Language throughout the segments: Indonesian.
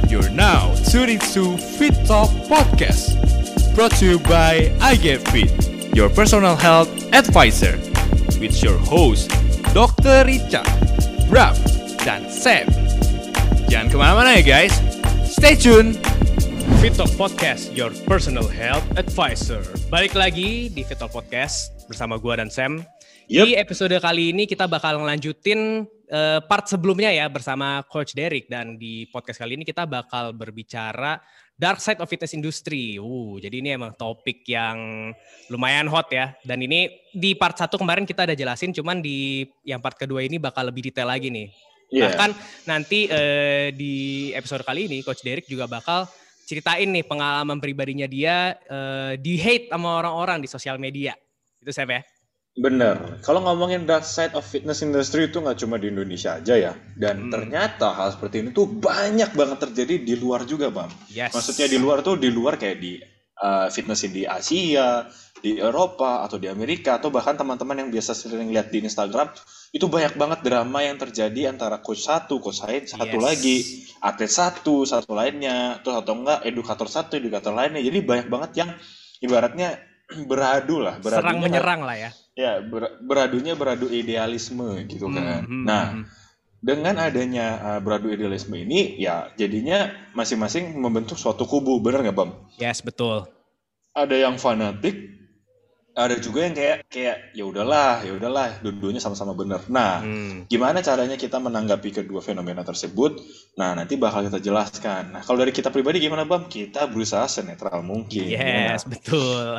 You're now tuning to Fit Talk Podcast, brought to you by I Get Fit, your personal health advisor, with your host Dr. Richard, Raf, dan Sam. Jangan kemana-mana ya guys, stay tune. Fit Talk Podcast, your personal health advisor. Balik lagi di Fit Talk Podcast bersama gua dan Sam. Di episode kali ini kita bakal ngelanjutin part sebelumnya ya bersama Coach Derek, dan di podcast kali ini kita bakal berbicara dark side of fitness industry. Jadi ini emang topik yang lumayan hot ya. Dan ini di part 1 kemarin kita ada jelasin, cuman di yang part kedua ini bakal lebih detail lagi nih. Bahkan nanti di episode kali ini Coach Derek juga bakal ceritain nih pengalaman pribadinya dia di hate sama orang-orang di sosial media. Itu Sam ya? Bener. Kalau ngomongin dark side of fitness industry itu nggak cuma di Indonesia aja ya. Dan ternyata hal seperti ini tuh banyak banget terjadi di luar juga, Bang. Yes. Maksudnya di luar kayak di fitness di Asia, di Eropa, atau di Amerika, atau bahkan teman-teman yang biasa sering lihat di Instagram, itu banyak banget drama yang terjadi antara coach satu lagi, atlet satu lainnya, terus atau enggak edukator satu, edukator lainnya. Jadi banyak banget yang ibaratnya beradu serang menyerang lah ya. Ya, beradu idealisme gitu kan. Nah, dengan adanya beradu idealisme ini, ya jadinya masing-masing membentuk suatu kubu, bener nggak Bang? Yes, betul. Ada yang fanatik, ada juga yang kayak ya udahlah, dua-duanya sama-sama benar. Nah, gimana caranya kita menanggapi kedua fenomena tersebut? Nah, nanti bakal kita jelaskan. Nah, kalau dari kita pribadi gimana, Bang? Kita berusaha senetral mungkin. Yes, betul.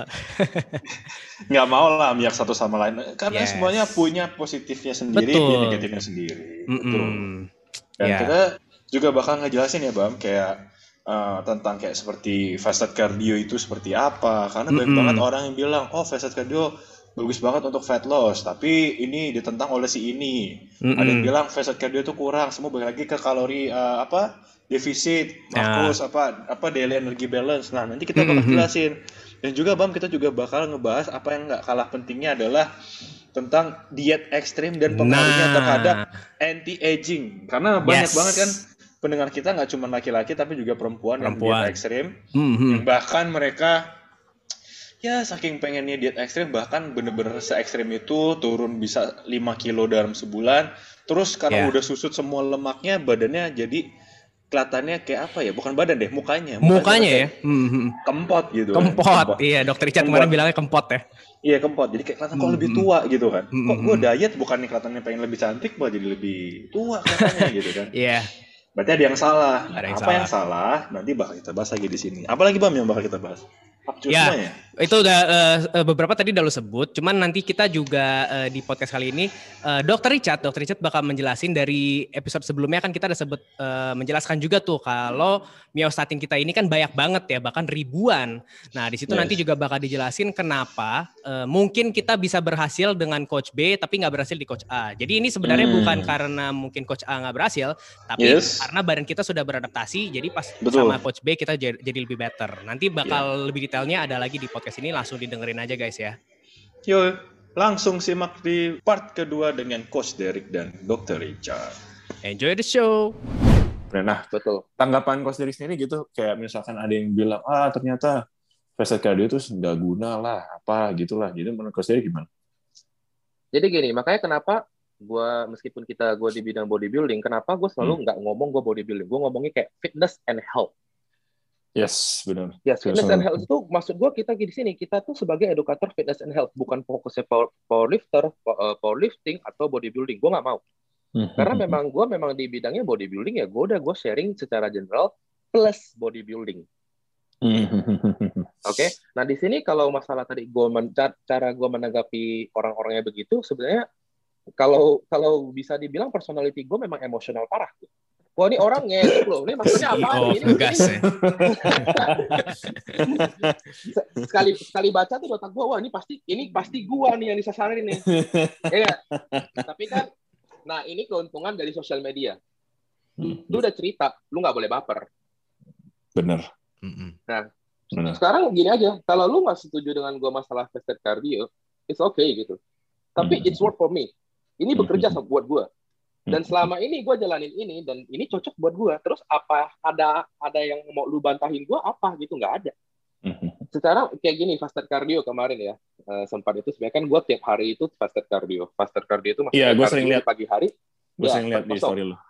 Nggak mau lah miak satu sama lain, karena semuanya punya positifnya sendiri, punya negatifnya sendiri. Betul. Dan kita juga bakal ngejelasin ya, Bang, kayak tentang kayak seperti fasted cardio itu seperti apa, karena banyak banget orang yang bilang fasted cardio bagus banget untuk fat loss, tapi ini ditentang oleh si ini. Ada yang bilang fasted cardio itu kurang, semua balik lagi ke kalori defisit, makrus, daily energy balance. Nah, nanti kita bakal jelasin. Dan juga Bam, kita juga bakal ngebahas apa yang nggak kalah pentingnya adalah tentang diet ekstrim dan pengaruhnya terhadap anti-aging, karena banyak banget kan pendengar kita nggak cuma laki-laki tapi juga perempuan. Yang diet ekstrim, yang bahkan mereka ya saking pengennya diet ekstrim, bahkan bener-bener se-ekstrim itu turun bisa 5 kilo dalam sebulan. Terus karena udah susut semua lemaknya, badannya jadi kelihatannya kayak apa ya, bukan badan deh, mukanya ya kempot gitu. Kempot. Iya, Dokter Richard kemarin bilangnya kempot ya. Iya, kempot, jadi kayak kelihatan kok lebih tua gitu kan. Kok gue diet bukannya kelihatannya pengen lebih cantik, malah jadi lebih tua kelihatannya gitu kan. Iya. Berarti ada yang salah. Yang salah nanti bakal kita bahas lagi di sini. Apalagi Bam yang bakal kita bahas? Ya, itu udah beberapa tadi udah lo sebut. Cuman nanti kita juga di podcast kali ini Dr. Richard bakal menjelasin dari episode sebelumnya kan kita udah sebut menjelaskan juga tuh kalau myostatin kita ini kan banyak banget ya, bahkan ribuan. Nah, di situ nanti juga bakal dijelasin kenapa mungkin kita bisa berhasil dengan coach B tapi nggak berhasil di coach A. Jadi ini sebenarnya bukan karena mungkin coach A nggak berhasil, tapi karena badan kita sudah beradaptasi. Jadi pas sama coach B kita jadi lebih better. Nanti bakal lebih detailnya ada lagi di podcast ini, langsung didengerin aja guys ya. Yo, langsung simak di part kedua dengan Coach Derek dan Dr. Richard. Enjoy the show. Nah, betul. Tanggapan Coach Derek sendiri gitu, kayak misalkan ada yang bilang, ternyata fasted cardio itu nggak guna lah, apa gitulah. Jadi menurut Coach Derek gimana? Jadi gini, makanya kenapa meskipun gue di bidang bodybuilding, kenapa gue selalu nggak ngomong gue bodybuilding, gue ngomongnya kayak fitness and health. Yes, benar. Yes, fitness and health itu maksud gue kita di sini, kita tuh sebagai edukator fitness and health, bukan fokusnya powerlifting atau bodybuilding. Gue nggak mau. Karena gue memang di bidangnya bodybuilding ya, gue sharing secara general plus bodybuilding. Oke. Nah di sini kalau masalah tadi cara gue menanggapi orang-orangnya begitu, sebenarnya kalau bisa dibilang personality gue memang emosional parah. Wah, ini orang ngeduk loh. Ini maksudnya apa? Ini sekali baca tuh otak gue, wah ini pasti gue nih yang disasarin nih. Ya. Tapi kan, nah ini keuntungan dari sosial media. Lu udah cerita, lu nggak boleh baper. Bener. Nah, sekarang gini aja. Kalau lu nggak setuju dengan gue masalah fasted cardio, it's okay gitu. Tapi it's work for me. Ini bekerja buat gue. Dan selama ini gue jalanin ini dan ini cocok buat gue. Terus apa ada yang mau lu bantahin gue apa gitu? Nggak ada. Secara kayak gini fasted cardio kemarin ya, sempat itu sebenarnya kan gue tiap hari itu fasted cardio. Fasted cardio itu maksudnya cardio pagi hari. Gue sering lihat di story lo.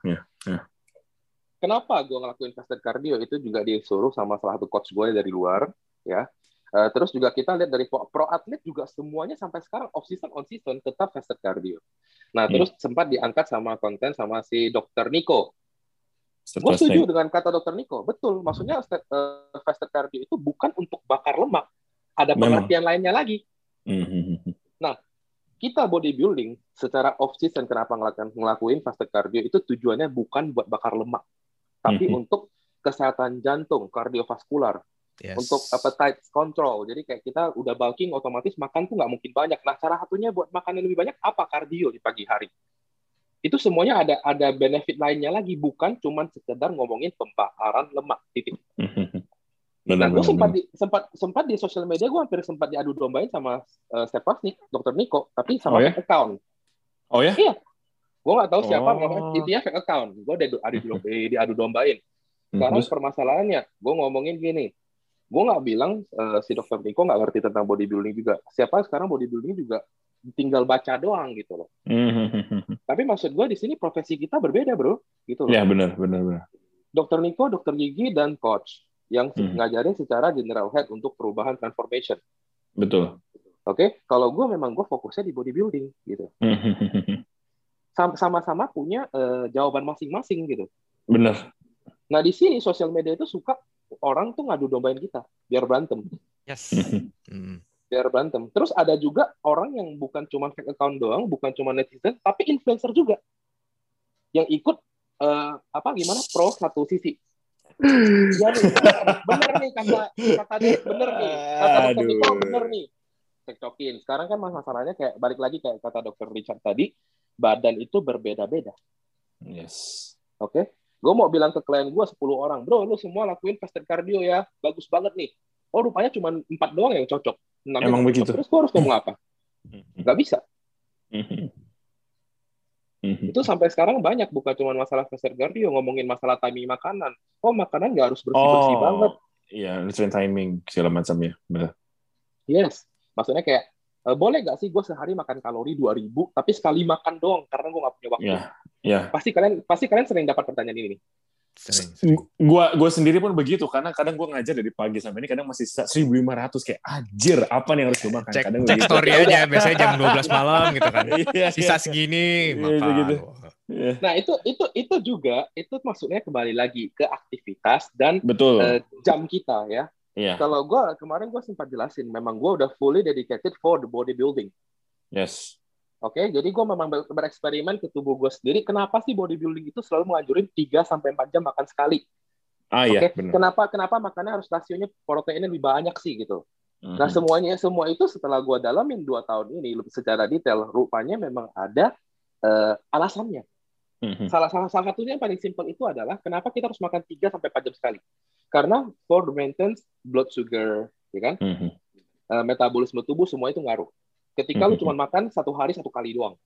Kenapa gue ngelakuin fasted cardio itu juga disuruh sama salah satu coach gue dari luar ya. Terus juga kita lihat dari pro atlet juga semuanya sampai sekarang off season on season tetap fasted cardio. Nah terus sempat diangkat sama konten sama si Dr. Nico. Gue setuju dengan kata Dr. Nico. Betul, maksudnya fasted cardio itu bukan untuk bakar lemak. Ada pengertian lainnya lagi. Nah, kita bodybuilding secara off season kenapa ngelakuin fasted cardio itu tujuannya bukan buat bakar lemak, tapi untuk kesehatan jantung, kardiovaskular, untuk appetite control. Jadi kayak kita udah bulking, otomatis makan tuh nggak mungkin banyak. Nah, cara satunya buat makan yang lebih banyak apa? Kardio di pagi hari. Itu semuanya ada benefit lainnya lagi, bukan cuma sekedar ngomongin pembakaran lemak. Titik. Nah, gue sempat di sosial media gue hampir sempat diadu dombain sama Stefasnik, Dr. Nico, tapi sama fake account. Oh ya? Iya. Gue nggak tahu siapa, intinya fake account. Gue diadu dombain. Sekarang permasalahannya, gue ngomongin gini, gue nggak bilang si Dr. Nico nggak ngerti tentang bodybuilding juga. Siapa sekarang bodybuilding juga tinggal baca doang gitu loh. Tapi maksud gue di sini profesi kita berbeda bro, gitu loh. Ya benar. Dr. Nico, Dr. Gigi dan coach yang ngajarin secara general head untuk perubahan transformation. Betul. Oke, kalau gue memang gue fokusnya di bodybuilding gitu. Sama-sama punya jawaban masing-masing gitu. Benar. Nah di sini sosial media itu suka orang tuh ngadu dombain kita biar berantem. Yes. Biar berantem. Terus ada juga orang yang bukan cuma fake account doang, bukan cuma netizen, tapi influencer juga yang ikut gimana pro satu sisi. Ya nih, bener nih kata dia, bener nih kata Dr. Nico, bener nih. Cekcokin. Sekarang kan masalahnya kayak balik lagi kayak kata Dr. Richard tadi, badan itu berbeda-beda. Yes. Oke. Gue mau bilang ke klien gue 10 orang, bro, lu semua lakuin fasted cardio ya, bagus banget nih. Oh, rupanya cuma 4 doang yang cocok. Emang begitu. Terus gue harus ngomong apa? Nggak bisa. Itu sampai sekarang banyak, bukan cuma masalah fasted cardio, ngomongin masalah timing makanan. Oh, makanan nggak harus bersih-bersih banget. Iya, nutrient timing, segala macam ya. Benar. Yes. Maksudnya kayak, boleh nggak sih gue sehari makan kalori 2.000, tapi sekali makan doang, karena gue nggak punya waktu. Iya. Pasti kalian sering dapat pertanyaan ini nih. Gue sendiri pun begitu, karena kadang gue ngajar dari pagi sampai ini kadang masih 1.500 kayak anjir apa nih yang harus gue makan. Cek story aja biasanya jam 12 malam gitu kan. Sisa segini makan. Gitu. Nah itu juga itu maksudnya kembali lagi ke aktivitas dan jam kita ya. Kalau kemarin gue sempat jelasin, memang gue udah fully dedicated for the bodybuilding. Yes. Oke, jadi gue memang bereksperimen ke tubuh gue sendiri. Kenapa sih bodybuilding itu selalu menganjurin 3-4 jam makan sekali? Iya, benar. Kenapa makannya harus rasionya proteinnya lebih banyak sih gitu? Nah, semua itu setelah gue dalamin 2 tahun ini secara detail, rupanya memang ada alasannya. Salah satunya yang paling simpel itu adalah kenapa kita harus makan 3-4 jam sekali? Karena for the maintenance blood sugar, ya kan? Metabolisme tubuh semua itu ngaruh. Ketika lu cuma makan 1 hari 1 kali doang.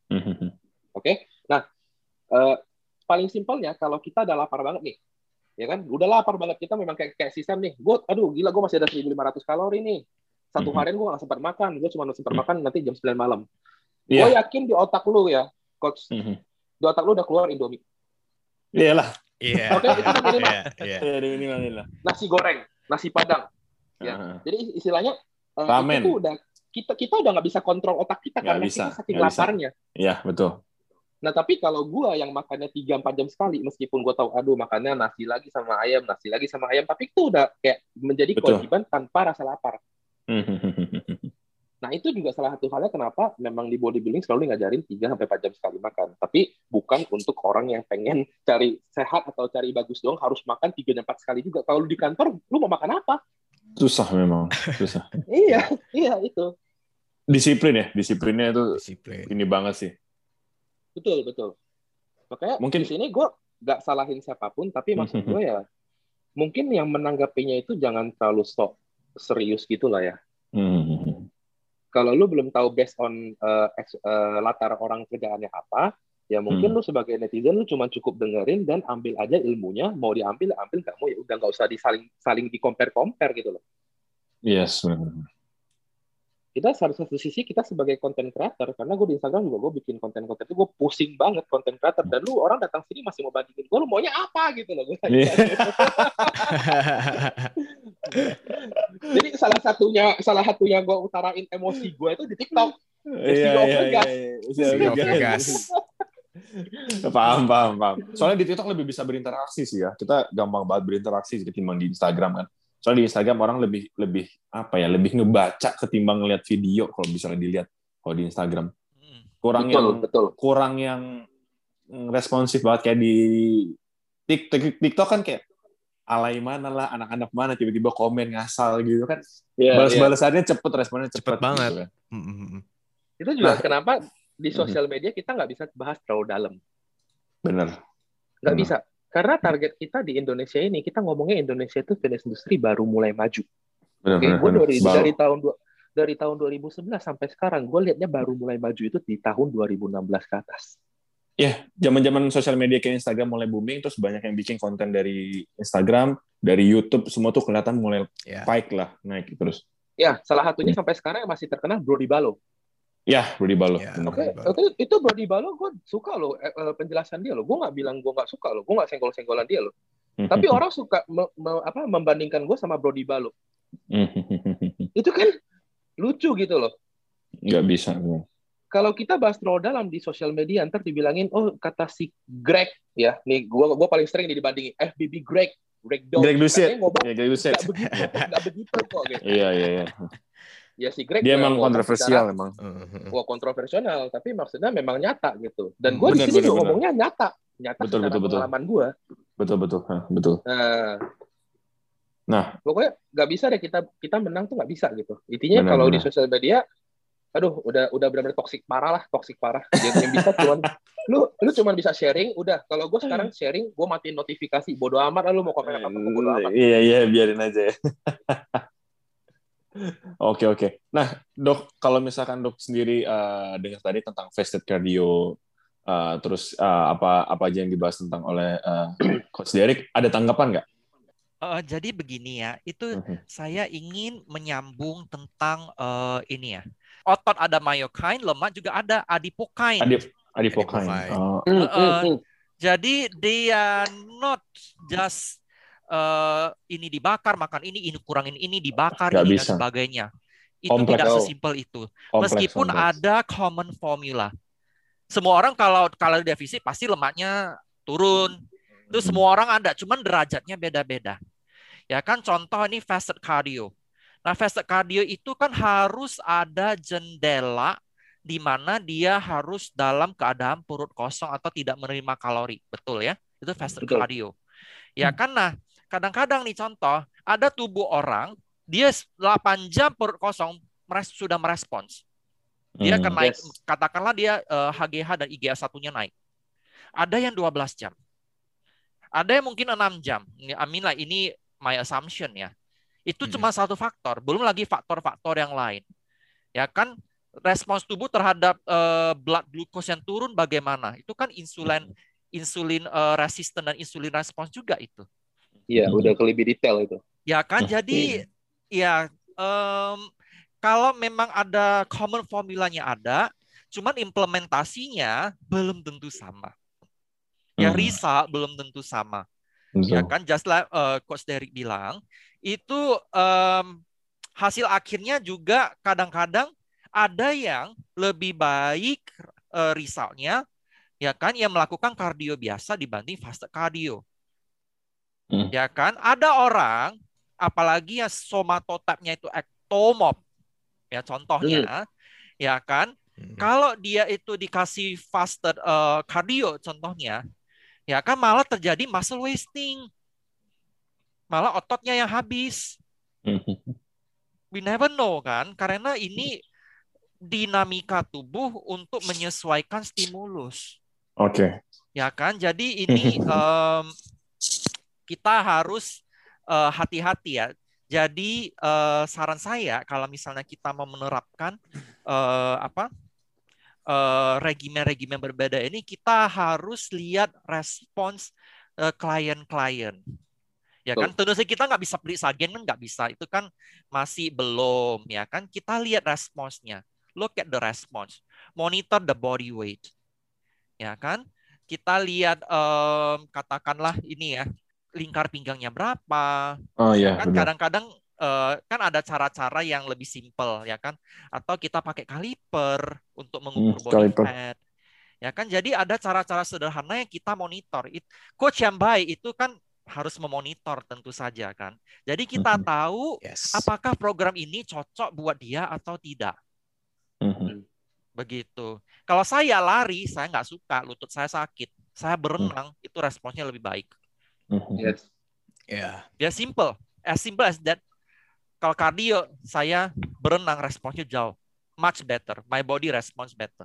Oke? Nah, paling simpelnya kalau kita udah lapar banget nih, ya kan? Udah lapar banget, kita memang kayak sistem nih. Aduh, gila, gue masih ada 1.500 kalori nih. 1 harian gue nggak sempat makan. Gue cuma sempat makan nanti jam 9 malam. Gue yakin di otak lu ya, coach, di otak lu udah keluar Indomie. Iyalah. Iya. Oke, itu minimal. Nasi goreng, nasi padang. Ya. Jadi istilahnya ramen. Itu udah kita udah nggak bisa kontrol otak kita karena kita saking laparnya. Iya, betul. Nah, tapi kalau gue yang makannya 3-4 jam sekali, meskipun gue tahu, aduh, makannya nasi lagi sama ayam, tapi itu udah kayak menjadi kewajiban tanpa rasa lapar. Nah, itu juga salah satu halnya kenapa memang di bodybuilding selalu ngajarin 3-4 jam sekali makan. Tapi bukan untuk orang yang pengen cari sehat atau cari bagus doang, harus makan 3-4 sekali juga. Kalau di kantor, lu mau makan apa? Susah memang, susah. Iya, itu. Disiplinnya itu ini banget sih. Betul. Makanya mungkin di sini gue nggak salahin siapapun, tapi maksud gue ya mungkin yang menanggapinya itu jangan terlalu sok serius gitulah ya. Kalau lu belum tahu based on latar orang kerjaannya apa, Ya mungkin lu sebagai netizen lu cuma cukup dengerin dan ambil aja ilmunya, mau diambil ambil, nggak mau ya udah, nggak usah saling di compare gitu loh. Yes, benar. Kita satu sisi kita sebagai content creator, karena gue di Instagram juga gue bikin konten-konten itu gue pusing banget content creator, dan lu orang datang sini masih mau bandingin gue, lu maunya apa gitu loh gue tanya. Jadi salah satunya gue utarain emosi gue itu di TikTok. Gas. Paham. Soalnya di TikTok lebih bisa berinteraksi sih ya. Kita gampang banget berinteraksi ketimbang di Instagram kan. Soalnya di Instagram orang lebih lebih ngebaca ketimbang ngeliat video kalau misalnya dilihat. Kalau di Instagram kurang yang responsif banget kayak di TikTok kan, kayak alay mana lah, anak-anak mana tiba-tiba komen ngasal gitu kan. Balas-balasannya cepet, responnya cepet banget. Gitu kan. Itu juga kenapa di sosial media kita nggak bisa bahas terlalu dalam. Bener. Nggak bisa. Karena target kita di Indonesia ini, kita ngomongnya Indonesia itu fitness industry baru mulai maju. Gue dari tahun 2011 sampai sekarang, gue lihatnya baru mulai maju itu di tahun 2016 ke atas. Ya, zaman-zaman sosial media kayak Instagram mulai booming, terus banyak yang bikin konten dari Instagram, dari YouTube, semua tuh kelihatan mulai naik terus. Ya, salah satunya sampai sekarang yang masih terkenal Brody Balo. Ya, Brody Balo. Oke, itu Brody Balo gue suka loh penjelasan dia loh. Gue nggak bilang gue nggak suka loh. Gue nggak senggol-senggolan dia loh. Tapi orang suka membandingkan gue sama Brody Balo. Itu kan lucu gitu loh. Nggak bisa. Kalau kita bahas terlalu dalam di sosial media, ntar dibilangin, oh kata si Greg, ya, nih gue paling sering dibandingin FBB Greg Dog. Greg Doucette. Nggak begitu kok. Gitu. Iya. Ya si Greg dia emang kontroversial emang. Kontroversial, tapi maksudnya memang nyata gitu. Dan gue di sini juga ngomongnya nyata betul. Pengalaman gue. Betul. Nah, pokoknya nggak bisa deh kita menang tuh nggak bisa gitu. Intinya kalau di sosial media, aduh udah benar-benar toksik parah. Yang bisa cuman lu cuman bisa sharing, udah. Kalau gue sekarang sharing, gue matiin notifikasi, bodo amat lah lu mau komen apa bodo amat. Iya, biarin aja ya. Oke. Nah, Dok, kalau misalkan Dok sendiri dengar tadi tentang fasted cardio, terus apa aja yang dibahas tentang oleh Coach Derek, ada tanggapan nggak? Jadi begini ya, itu saya ingin menyambung tentang ini ya. Otot ada myokin, lemak juga ada adipokin. Adipokin. Jadi dia not just ini dibakar, makan ini kurangin ini, dibakar ini dan sebagainya. Itu tidak sesimpel itu. Meskipun ada common formula. Semua orang kalau defisit pasti lemaknya turun. Itu semua orang ada, cuman derajatnya beda-beda. Ya kan, contoh ini fasted cardio. Nah, fasted cardio itu kan harus ada jendela di mana dia harus dalam keadaan perut kosong atau tidak menerima kalori. Betul ya? Itu fasted cardio. Ya kan, nah kadang-kadang nih contoh, ada tubuh orang, dia 8 jam perut kosong sudah merespons. Dia akan naik, katakanlah dia HGH dan IGA-1-nya naik. Ada yang 12 jam. Ada yang mungkin 6 jam. Amin lah, ini my assumption ya. Itu cuma satu faktor, belum lagi faktor-faktor yang lain. Ya kan, respons tubuh terhadap blood glucose yang turun bagaimana? Itu kan insulin resisten dan insulin respons juga itu. Iya, udah lebih detail itu. Ya kan, jadi ya kalau memang ada common formulanya ada, cuman implementasinya belum tentu sama. Ya result belum tentu sama. Ya kan, just like Coach Derek bilang, itu hasil akhirnya juga kadang-kadang ada yang lebih baik resultnya, ya kan, yang melakukan kardio biasa dibanding fasted cardio. Ya kan, ada orang apalagi yang somatotype-nya itu ectomorph, ya contohnya, ya kan, kalau dia itu dikasih fasted cardio contohnya, ya kan malah terjadi muscle wasting, malah ototnya yang habis. We never know kan, karena ini dinamika tubuh untuk menyesuaikan stimulus. Oke. Ya kan, jadi ini kita harus hati-hati ya. Jadi saran saya kalau misalnya kita mau menerapkan regimen-regimen berbeda ini, kita harus lihat respons klien-klien. Ya kan, tentu saja kita nggak bisa please again, kan nggak bisa, itu kan masih belum, ya kan. Kita lihat responsnya, look at the response, monitor the body weight, ya kan. Kita lihat katakanlah ini ya, lingkar pinggangnya berapa. Oh iya. Kan kadang-kadang kan ada cara-cara yang lebih simple, ya kan, atau kita pakai kaliper untuk mengukur body fat. Ya kan, jadi ada cara-cara sederhana yang kita monitor. Coach yang baik itu kan harus memonitor tentu saja kan. Jadi kita tahu apakah program ini cocok buat dia atau tidak. Begitu. Kalau saya lari, saya nggak suka, lutut saya sakit. Saya berenang, itu responsnya lebih baik. Ya simple. As simple as that. Kalau kardio, saya berenang, responsnya jauh. Much better. My body responds better.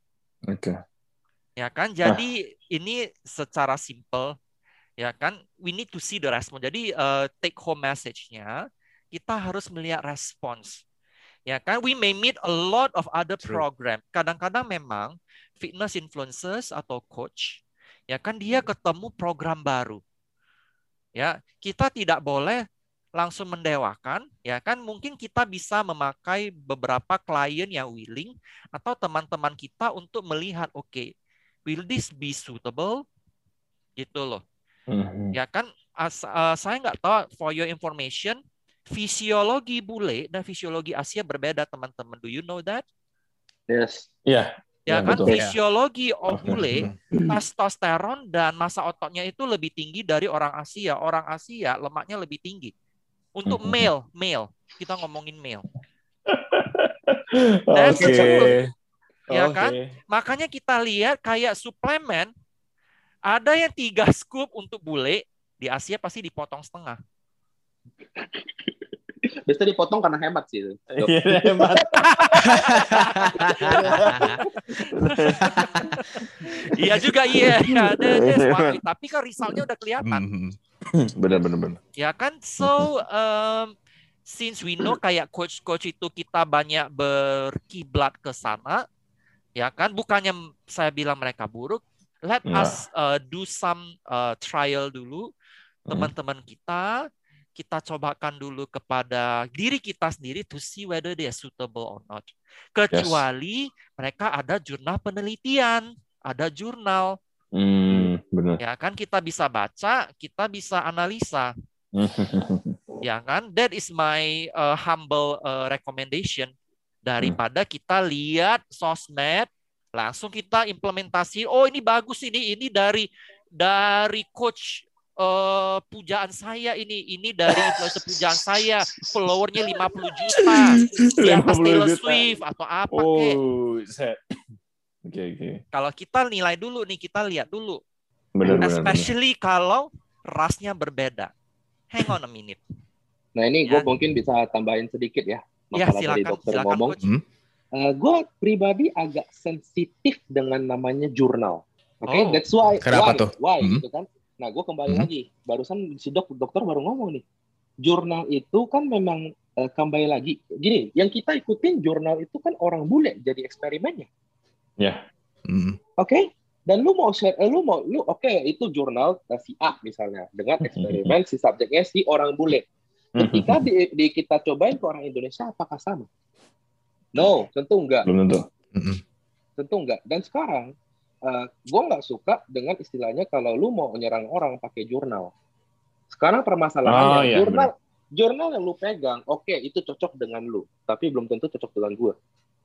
Ya kan, jadi ini secara simple. Ya kan, we need to see the response. Jadi take home message-nya, kita harus melihat respons. Ya kan, we may meet a lot of other program. Kadang-kadang memang fitness influencers atau coach, ya kan, dia ketemu program baru. Ya, kita tidak boleh langsung mendewakan, ya kan. Mungkin kita bisa memakai beberapa klien yang willing atau teman-teman kita untuk melihat, oke, will this be suitable? Gitu loh. Ya kan, saya nggak tahu, for your information, fisiologi bule dan fisiologi Asia berbeda, teman-teman. Do you know that? Yes. Ya kan, betul. Fisiologi bule, testosteron dan massa ototnya itu lebih tinggi dari orang Asia. Orang Asia lemaknya lebih tinggi. Untuk male, kita ngomongin male. Ya kan? Makanya kita lihat kayak suplemen, ada yang 3 scoop untuk bule, di Asia pasti dipotong setengah. Biasanya dipotong karena hemat sih. Hemat. Iya juga, iya. Tapi kan resultnya udah kelihatan. Benar. Ya kan, so since we know kayak coach itu kita banyak berkiblat ke sana, ya kan, bukannya saya bilang mereka buruk. Let us do some trial dulu, teman-teman kita cobakan dulu kepada diri kita sendiri to see whether they are suitable or not. Kecuali mereka ada jurnal penelitian, ada jurnal. Benar. Ya kan, kita bisa baca, kita bisa analisa. Ya kan, that is my humble recommendation. Daripada kita lihat sosmed, langsung kita implementasi, oh ini bagus, ini dari coach pujaan saya, ini dari influencer pujaan saya, followernya 50 juta, di atas Taylor Swift atau apa kek. Kalau kita nilai dulu nih, kita lihat dulu. Especially kalau rasnya berbeda. Hang on a minute. Nah ini gue mungkin bisa tambahin sedikit ya. Ya silakan ngomong. Gue pribadi agak sensitif dengan namanya jurnal. That's why. Kenapa tuh? Why gitu kan? Nah, gue kembali lagi. Barusan si dokter baru ngomong nih. Jurnal itu kan memang kembali lagi. Gini, yang kita ikutin jurnal itu kan orang bule jadi eksperimennya. Ya. Oke. Dan lu itu jurnal si A misalnya dengan eksperimen si subjeknya si orang bule. Ketika kita cobain ke orang Indonesia, apakah sama? No, tentu enggak. Belum tentu. Tentu enggak. Dan sekarang gue nggak suka dengan istilahnya kalau lu mau nyerang orang pakai jurnal. Sekarang permasalahannya jurnal yang lu pegang, oke, itu cocok dengan lu, tapi belum tentu cocok dengan gue.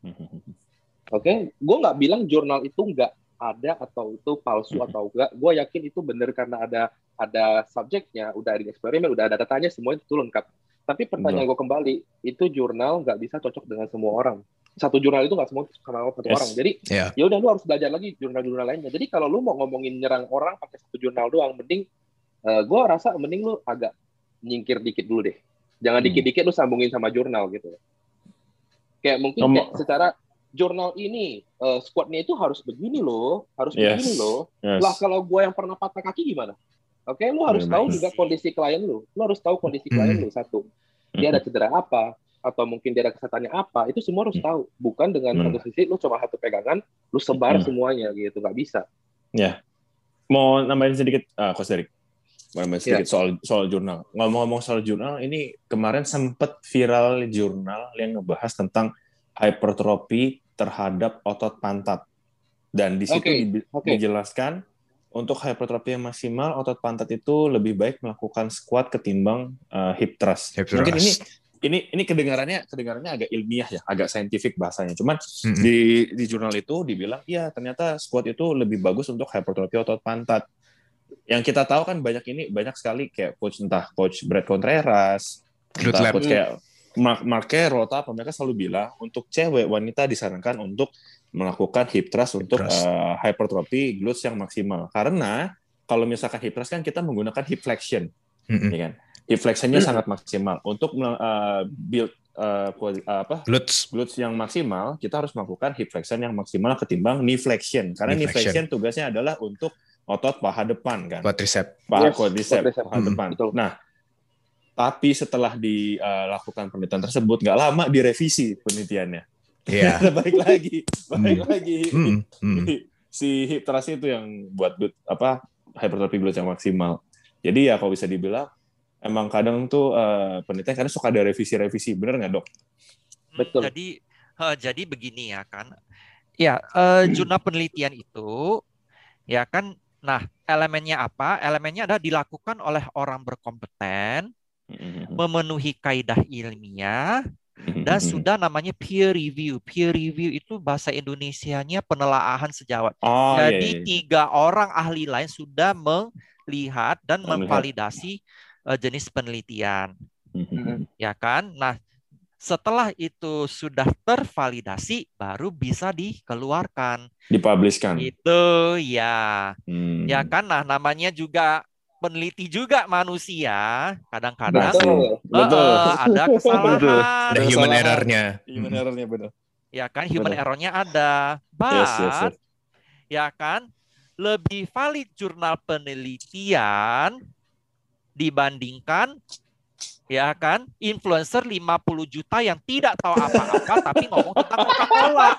Gue nggak bilang jurnal itu nggak ada atau itu palsu atau enggak. Gue yakin itu benar karena ada subjeknya, udah ada eksperimen, udah ada datanya, semuanya itu lengkap. Tapi pertanyaan gue kembali, itu jurnal nggak bisa cocok dengan semua orang. Satu jurnal itu nggak semua sama satu orang. Jadi ya udah lu harus belajar lagi jurnal-jurnal lainnya. Jadi kalau lu mau ngomongin nyerang orang pakai satu jurnal doang, mending gue rasa mending lu agak nyingkir dikit dulu deh. Jangan dikit-dikit lu sambungin sama jurnal gitu. Kayak mungkin secara jurnal ini squatnya itu harus begini loh, begini loh. Lah kalau gue yang pernah patah kaki gimana? Lu harus tahu juga kondisi klien lu. Lu harus tahu kondisi klien lu satu. Dia ada cedera apa? atau mungkin dia ada kesehatannya apa, itu semua harus tahu. Bukan dengan satu sisi lu cuma satu pegangan, lu sebar semuanya gitu, nggak bisa. Ya, mau nambahin sedikit, Coach Derek. Mau nambahin sedikit soal jurnal. Ngomong-ngomong soal jurnal, ini kemarin sempat viral jurnal yang ngebahas tentang hipertrofi terhadap otot pantat. Dan di situ dijelaskan untuk hipertrofi yang maksimal, otot pantat itu lebih baik melakukan squat ketimbang hip thrust. Mungkin ini kedengarannya agak ilmiah ya, agak saintifik bahasanya. Cuman di jurnal itu dibilang ya ternyata squat itu lebih bagus untuk hipertrofi otot pantat. Yang kita tahu kan banyak sekali kayak coach Brad Contreras, coach kayak Mark Carroll atau apa, mereka selalu bilang untuk cewek wanita disarankan untuk melakukan hip thrust untuk hypertrophy glutes yang maksimal. Karena kalau misalkan hip thrust kan kita menggunakan hip flexion, ya kan? Hip flexionnya sangat maksimal. Untuk build glutes yang maksimal, kita harus melakukan hip flexion yang maksimal ketimbang knee flexion. Karena knee flexion tugasnya adalah untuk otot paha depan kan. Quadricep paha depan. Nah, tapi setelah dilakukan penelitian tersebut, nggak lama direvisi penelitiannya. Iya. Balik lagi. Si hip thrust itu yang buat hypertrophy glutes yang maksimal. Jadi ya kalau bisa dibilang emang kadang tuh penelitian karena suka ada revisi, bener nggak dok? Betul. Jadi begini ya kan, ya jurnal penelitian itu ya kan, nah elemennya apa? Elemennya adalah dilakukan oleh orang berkompeten, memenuhi kaidah ilmiah, dan sudah namanya peer review. Peer review itu bahasa Indonesianya penelaahan sejawat. Jadi 3 orang ahli lain sudah melihat dan memvalidasi jenis penelitian, ya kan? Nah, setelah itu sudah tervalidasi, baru bisa dikeluarkan, dipublishkan. Itu ya, ya kan? Nah, namanya juga peneliti juga manusia, kadang-kadang ada kesalahan, ada human error-nya. Human error-nya benar. Ya kan, human error-nya ada, but ya kan, lebih valid jurnal penelitian dibandingkan ya kan influencer 50 juta yang tidak tahu apa-apa tapi ngomong tentang Coca-Cola.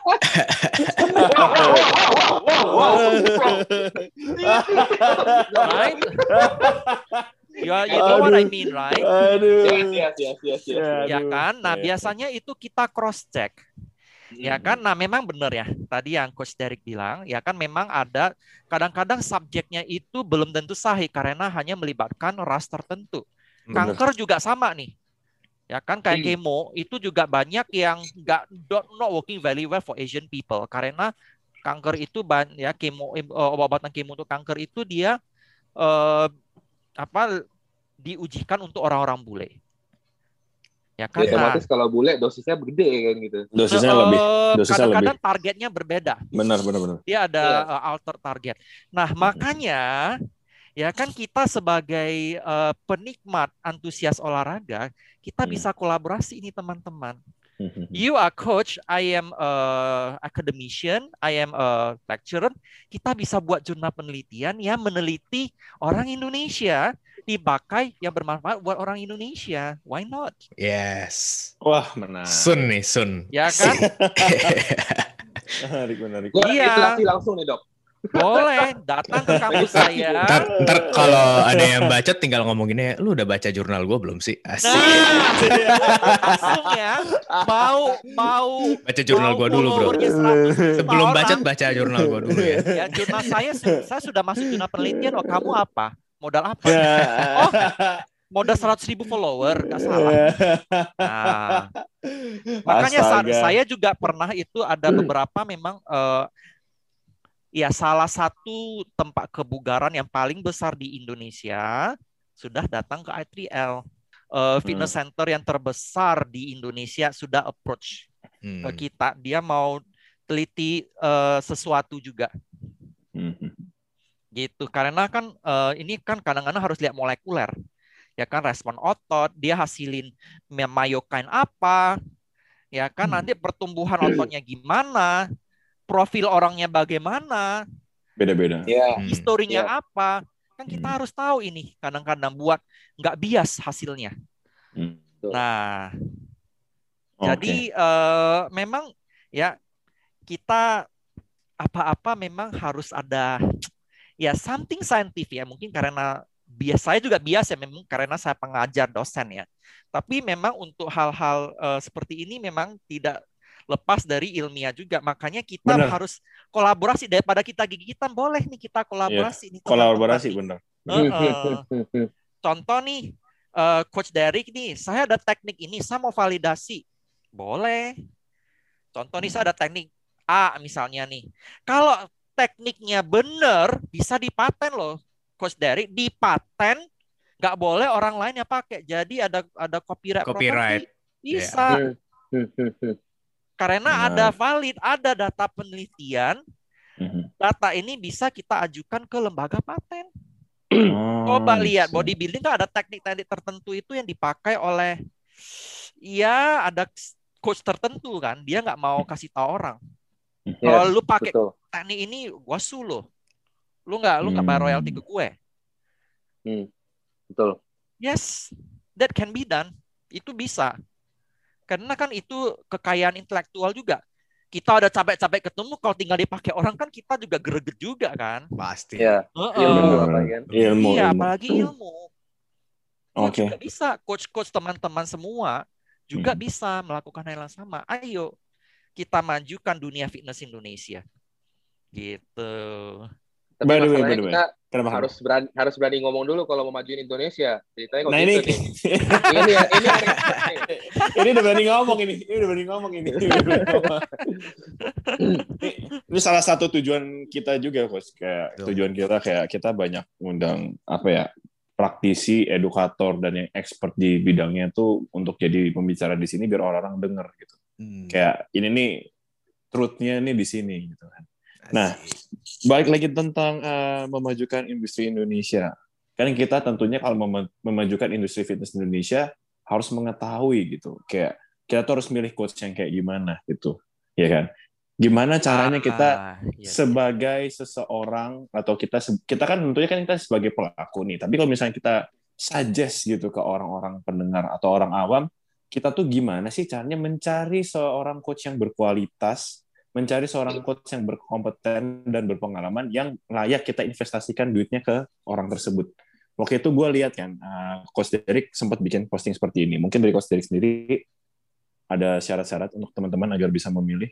Right? You know what I mean, right? Yes. Ya kan? Nah, biasanya itu kita cross check. Ya kan? Nah, memang benar ya. Tadi yang Coach Derek bilang, ya kan memang ada kadang-kadang subjeknya itu belum tentu sahih karena hanya melibatkan ras tertentu. Kanker juga sama nih. Ya kan kayak kemo itu juga banyak yang not working very well for Asian people karena kanker itu ya kemo obat-obatan kemo untuk kanker itu dia diujikan untuk orang-orang bule. Ya kan, otomatis kalau bule dosisnya gede kan gitu. Dosisnya lebih. Kadang-kadang targetnya berbeda. Benar. Dia ada alter target. Nah, makanya ya kan kita sebagai penikmat antusias olahraga, kita bisa kolaborasi ini teman-teman. You are coach, I am academician, I am a lecturer. Kita bisa buat jurnal penelitian yang meneliti orang Indonesia, dipakai yang bermanfaat buat orang Indonesia. Why not? Yes. Wah, menarik. Sun. Ya kan? Menarik. Iya. Langsung nih, Dok. Boleh, datang ke kampus saya. Ntar kalau ada yang baca tinggal ngomonginnya, lu udah baca jurnal gue belum sih? Asik. Langsung ya. Mau baca jurnal gue dulu, bro. Sebelum baca jurnal gue dulu ya. Ya, jurnal saya sudah masuk jurnal penelitian. Oh, kamu apa? Modal apa? Oh, modal 100.000 follower, nggak salah. Nah, makanya saya juga pernah itu ada beberapa memang ya salah satu tempat kebugaran yang paling besar di Indonesia sudah datang ke I3L. Fitness center yang terbesar di Indonesia sudah approach ke kita. Dia mau teliti sesuatu juga. Gitu. Karena kan ini kan kadang-kadang harus lihat molekuler. Ya kan respon otot, dia hasilin myokain apa. Ya kan nanti pertumbuhan ototnya gimana, profil orangnya bagaimana, beda-beda. Historinya apa. Kan kita harus tahu ini kadang-kadang buat nggak bias hasilnya. Nah, Jadi memang ya kita apa-apa memang harus ada ya something scientific ya, mungkin karena saya juga bias ya, memang karena saya pengajar dosen ya. Tapi memang untuk hal-hal seperti ini memang tidak lepas dari ilmiah juga. Makanya kita harus kolaborasi, daripada kita gigitan, boleh nih kita kolaborasi nih. Kolaborasi benar. Contoh nih, Coach Derek nih, saya ada teknik ini, saya mau validasi. Boleh. Contoh nih, saya ada teknik A misalnya nih. Kalau tekniknya benar, bisa dipaten loh, Coach Derek. Dipaten, nggak boleh orang lain yang pakai. Jadi ada copyright. Bisa. Karena ada valid, ada data penelitian. Data ini bisa kita ajukan ke lembaga paten. Coba lihat, bodybuilding kan ada teknik-teknik tertentu itu yang dipakai oleh ada coach tertentu kan. Dia nggak mau kasih tahu orang. Kalau lu pakai teknik ini, gua su lo. Lu nggak bayar royalti ke gue. Betul. Yes, that can be done. Itu bisa. Karena kan itu kekayaan intelektual juga. Kita udah capek-capek ketemu, kalau tinggal dipakai orang kan kita juga greget juga kan. Pasti. Ya. Ilmu apa kan? Ilmu. Apalagi ilmu. Coach juga bisa. Coach teman-teman semua juga bisa melakukan hal yang sama. Ayo kita majukan dunia fitness Indonesia. Gitu. Tapi masalahnya kita harus berani ngomong dulu kalau mau majuin Indonesia. Ceritanya kok gitu nih. Ini udah berani ngomong ini. Ini salah satu tujuan kita juga, Coach. Kayak tujuan kita kayak kita banyak undang praktisi, edukator dan yang expert di bidangnya tuh untuk jadi pembicara di sini biar orang-orang denger gitu. Kayak ini nih truth-nya nih di sini gitu kan. Nah, balik lagi tentang memajukan industri Indonesia. Kan kita tentunya kalau memajukan industri fitness Indonesia harus mengetahui gitu. Kayak kita tuh harus milih coach yang kayak gimana gitu. Ya kan? Gimana caranya kita sebagai seseorang atau kita kan tentunya kan kita sebagai pelaku nih. Tapi kalau misalnya kita suggest gitu ke orang-orang pendengar atau orang awam, kita tuh gimana sih caranya mencari seorang coach yang berkualitas, mencari seorang coach yang berkompeten dan berpengalaman yang layak kita investasikan duitnya ke orang tersebut. Waktu itu gue lihat kan, Coach Derek sempat bikin posting seperti ini. Mungkin dari Coach Derek sendiri ada syarat-syarat untuk teman-teman agar bisa memilih.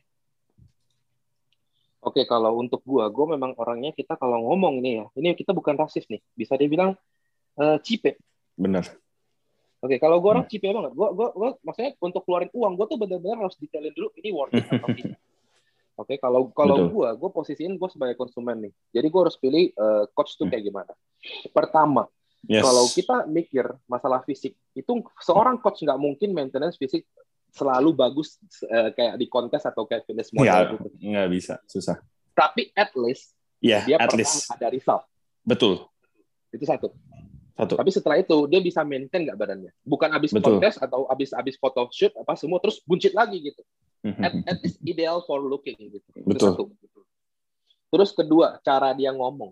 Oke, kalau untuk gue memang orangnya kita kalau ngomong ini kita bukan rasis nih. Bisa dibilang cipe. Benar. Oke, kalau gue orang cipe banget. Gue maksudnya untuk keluarin uang, gue tuh benar-benar harus detailin dulu ini worth it atau tidak. Oke, kalau gue posisiin gue sebagai konsumen nih. Jadi gue harus pilih coach tuh kayak gimana. Pertama, kalau kita mikir masalah fisik, itu seorang coach nggak mungkin maintenance fisik selalu bagus kayak di kontes atau kayak fitness model gitu. Nggak bisa, susah. Tapi at least dia pernah ada result. Betul. Itu satu. Tapi setelah itu dia bisa maintain nggak badannya? Bukan abis kontes atau abis photoshoot apa semua terus buncit lagi gitu. At least ideal for looking gitu. Betul. Itu satu. Terus kedua, cara dia ngomong.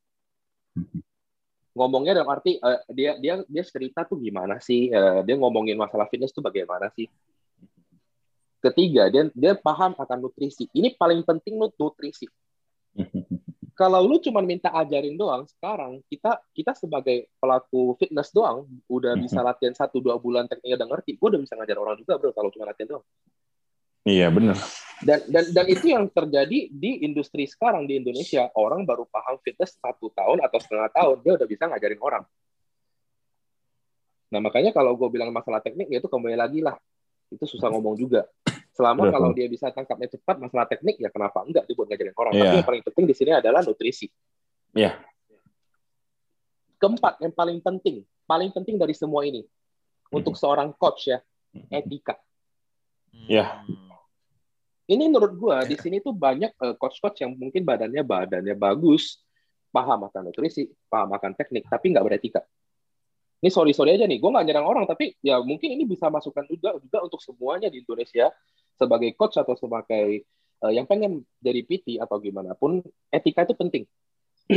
Ngomongnya dalam arti dia cerita tuh gimana sih? Dia ngomongin masalah fitness tuh bagaimana sih? Ketiga, dia paham akan nutrisi. Ini paling penting nutrisi. Kalau lu cuma minta ajarin doang, sekarang kita sebagai pelaku fitness doang udah bisa latihan 1-2 bulan tekniknya udah ngerti. Gue udah bisa ngajar orang juga, bro, kalau cuma latihan doang. Iya, benar. Dan itu yang terjadi di industri sekarang di Indonesia. Orang baru paham fitness 1 tahun atau setengah tahun, dia udah bisa ngajarin orang. Nah, makanya kalau gue bilang masalah teknik, ya itu kembali lagi lah. Itu susah ngomong juga. Selama kalau dia bisa tangkapnya cepat masalah teknik, ya kenapa enggak dia buat ngajarin orang. Tapi yang paling penting di sini adalah nutrisi. Iya. Keempat, yang paling penting dari semua ini, untuk seorang coach ya, etika. Iya. Ini menurut gue di sini tuh banyak coach-coach yang mungkin badannya bagus, paham akan nutrisi, paham akan teknik, tapi nggak beretika. Ini sorry aja nih, gue nggak nyerang orang, tapi ya mungkin ini bisa masukan juga untuk semuanya di Indonesia sebagai coach atau sebagai yang pengen jadi PT atau gimana pun, etika itu penting.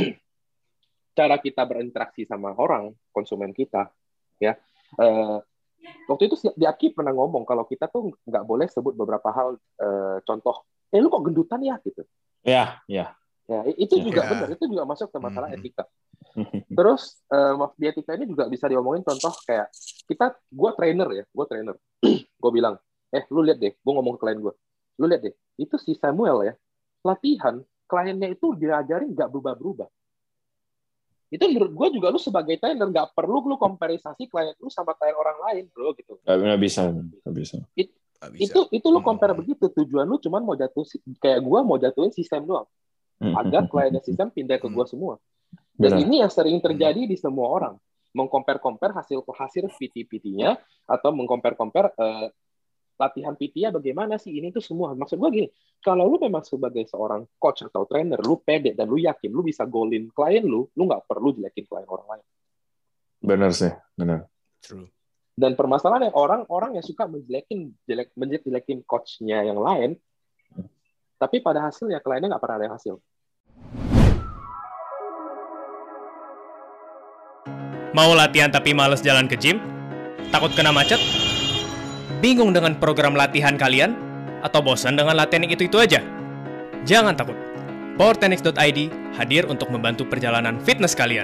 Cara kita berinteraksi sama orang, konsumen kita, ya. Waktu itu di Aki pernah ngomong kalau kita tuh nggak boleh sebut beberapa hal, contoh, lu kok gendutan ya gitu. Ya, itu juga benar, itu juga masuk ke masalah etika. Terus di etika ini juga bisa diomongin contoh kayak gue trainer, gue bilang, lu lihat deh, gue ngomong ke klien gue, lu lihat deh, itu si Samuel ya, latihan kliennya itu diajarin nggak berubah-berubah. Itu menurut gue juga lu sebagai trainer nggak perlu lu komparisasi klien lu sama klien orang lain, bro, gitu. Nggak bisa. Itu lu compare begitu, tujuan lu cuman mau kayak gue mau jatuhin sistem doang, agar kliennya sistem pindah ke gue semua. Dan ini yang sering terjadi di semua orang, mengcompare hasil PT-PT-nya atau mengcompare latihan PT-nya bagaimana sih, ini tuh semua. Maksud gue gini, kalau lu memang sebagai seorang coach atau trainer, lu pede dan lu yakin lu bisa golin klien lu nggak perlu jelekin klien orang lain. Benar sih, benar. True. Dan permasalahan yang orang yang suka menjelek-jelekin coachnya yang lain, tapi pada hasilnya kliennya nggak pernah ada hasil. Mau latihan tapi males jalan ke gym? Takut kena macet? Bingung dengan program latihan kalian? Atau bosan dengan latihan yang itu-itu aja? Jangan takut. Powertenix.id hadir untuk membantu perjalanan fitness kalian.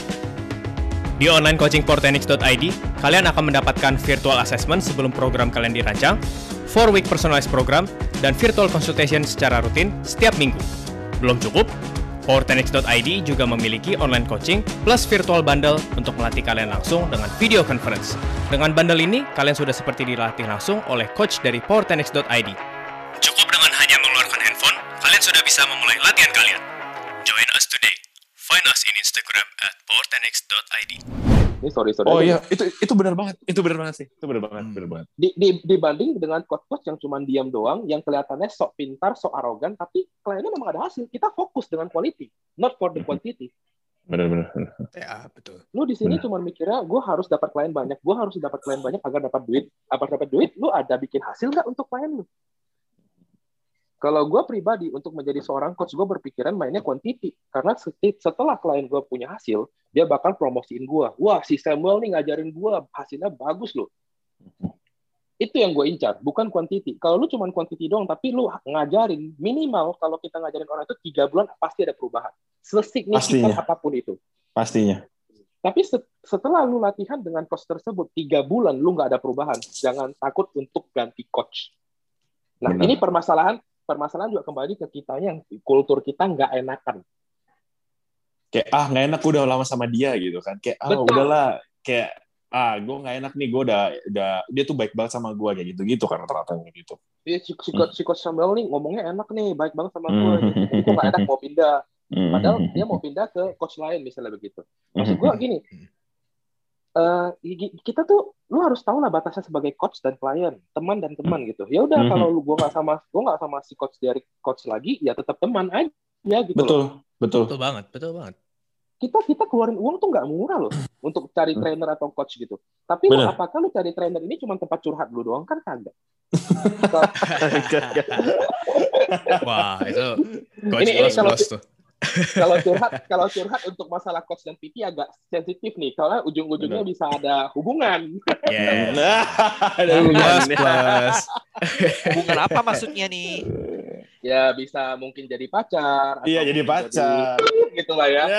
Di online coaching Powertenix.id, kalian akan mendapatkan virtual assessment sebelum program kalian dirancang, 4-week personalized program, dan virtual consultation secara rutin setiap minggu. Belum cukup? Powertenix.id juga memiliki online coaching plus virtual bundle untuk melatih kalian langsung dengan video conference. Dengan bundle ini, kalian sudah seperti dilatih langsung oleh coach dari Powertenix.id. Cukup dengan hanya mengeluarkan handphone, kalian sudah bisa memulai latihan kalian. Join us today. Find us in Instagram @powertenix.id. Ini sorry. Oh iya, itu benar banget. Itu benar banget sih. Itu benar banget. Dibanding dengan coach yang cuma diam doang, yang kelihatannya sok pintar, sok arogan, tapi kliennya memang ada hasil. Kita fokus dengan quality, not for the quantity. Benar. Ya, betul. Lu di sini cuma mikirnya, gue harus dapat klien banyak agar dapat duit. Apa dapat duit? Lu ada bikin hasil nggak untuk klien lu? Kalau gue pribadi, untuk menjadi seorang coach, gue berpikiran mainnya quantity. Karena setelah klien gue punya hasil, dia bakal promosiin gue. Wah, si Samuel nih ngajarin gue, hasilnya bagus loh. Itu yang gue incar, bukan quantity. Kalau lu cuma quantity doang, tapi lu ngajarin, minimal kalau kita ngajarin orang itu 3 bulan, pasti ada perubahan. Sesignifikan apapun itu. Pastinya. Tapi setelah lu latihan dengan coach tersebut, 3 bulan lu nggak ada perubahan, jangan takut untuk ganti coach. Nah, ini permasalahan juga kembali ke kitanya, yang kultur kita nggak enakan. Kayak nggak enak, gue udah lama sama dia gitu kan. Kayak udahlah, kayak gue nggak enak nih, gue udah dia tuh baik banget sama gue kayak gitu kan rata-rata gitu. Si coach Samuel nih ngomongnya enak nih, baik banget sama gue. Jadi gue nggak enak mau pindah. Padahal dia mau pindah ke coach lain misalnya begitu. Maksud gue gini, kita tuh, lu harus tahu lah batasnya sebagai coach dan klien, teman dan teman gitu. Ya udah, kalau gue nggak sama si coach dari coach lagi, ya tetap teman aja gitu. Betul banget. Kita keluarin uang tuh nggak murah loh untuk cari trainer atau coach gitu. Tapi apakah lu cari trainer ini cuma tempat curhat lu doang? Kan kagak. Wah, itu coach tuh. Kalau curhat untuk masalah coach dan PT agak sensitif nih, karena ujung-ujungnya bisa ada hubungan. Ada hubungan. Hubungan apa maksudnya nih? Ya bisa mungkin jadi pacar. Iya, jadi pacar. Gitu lah ya.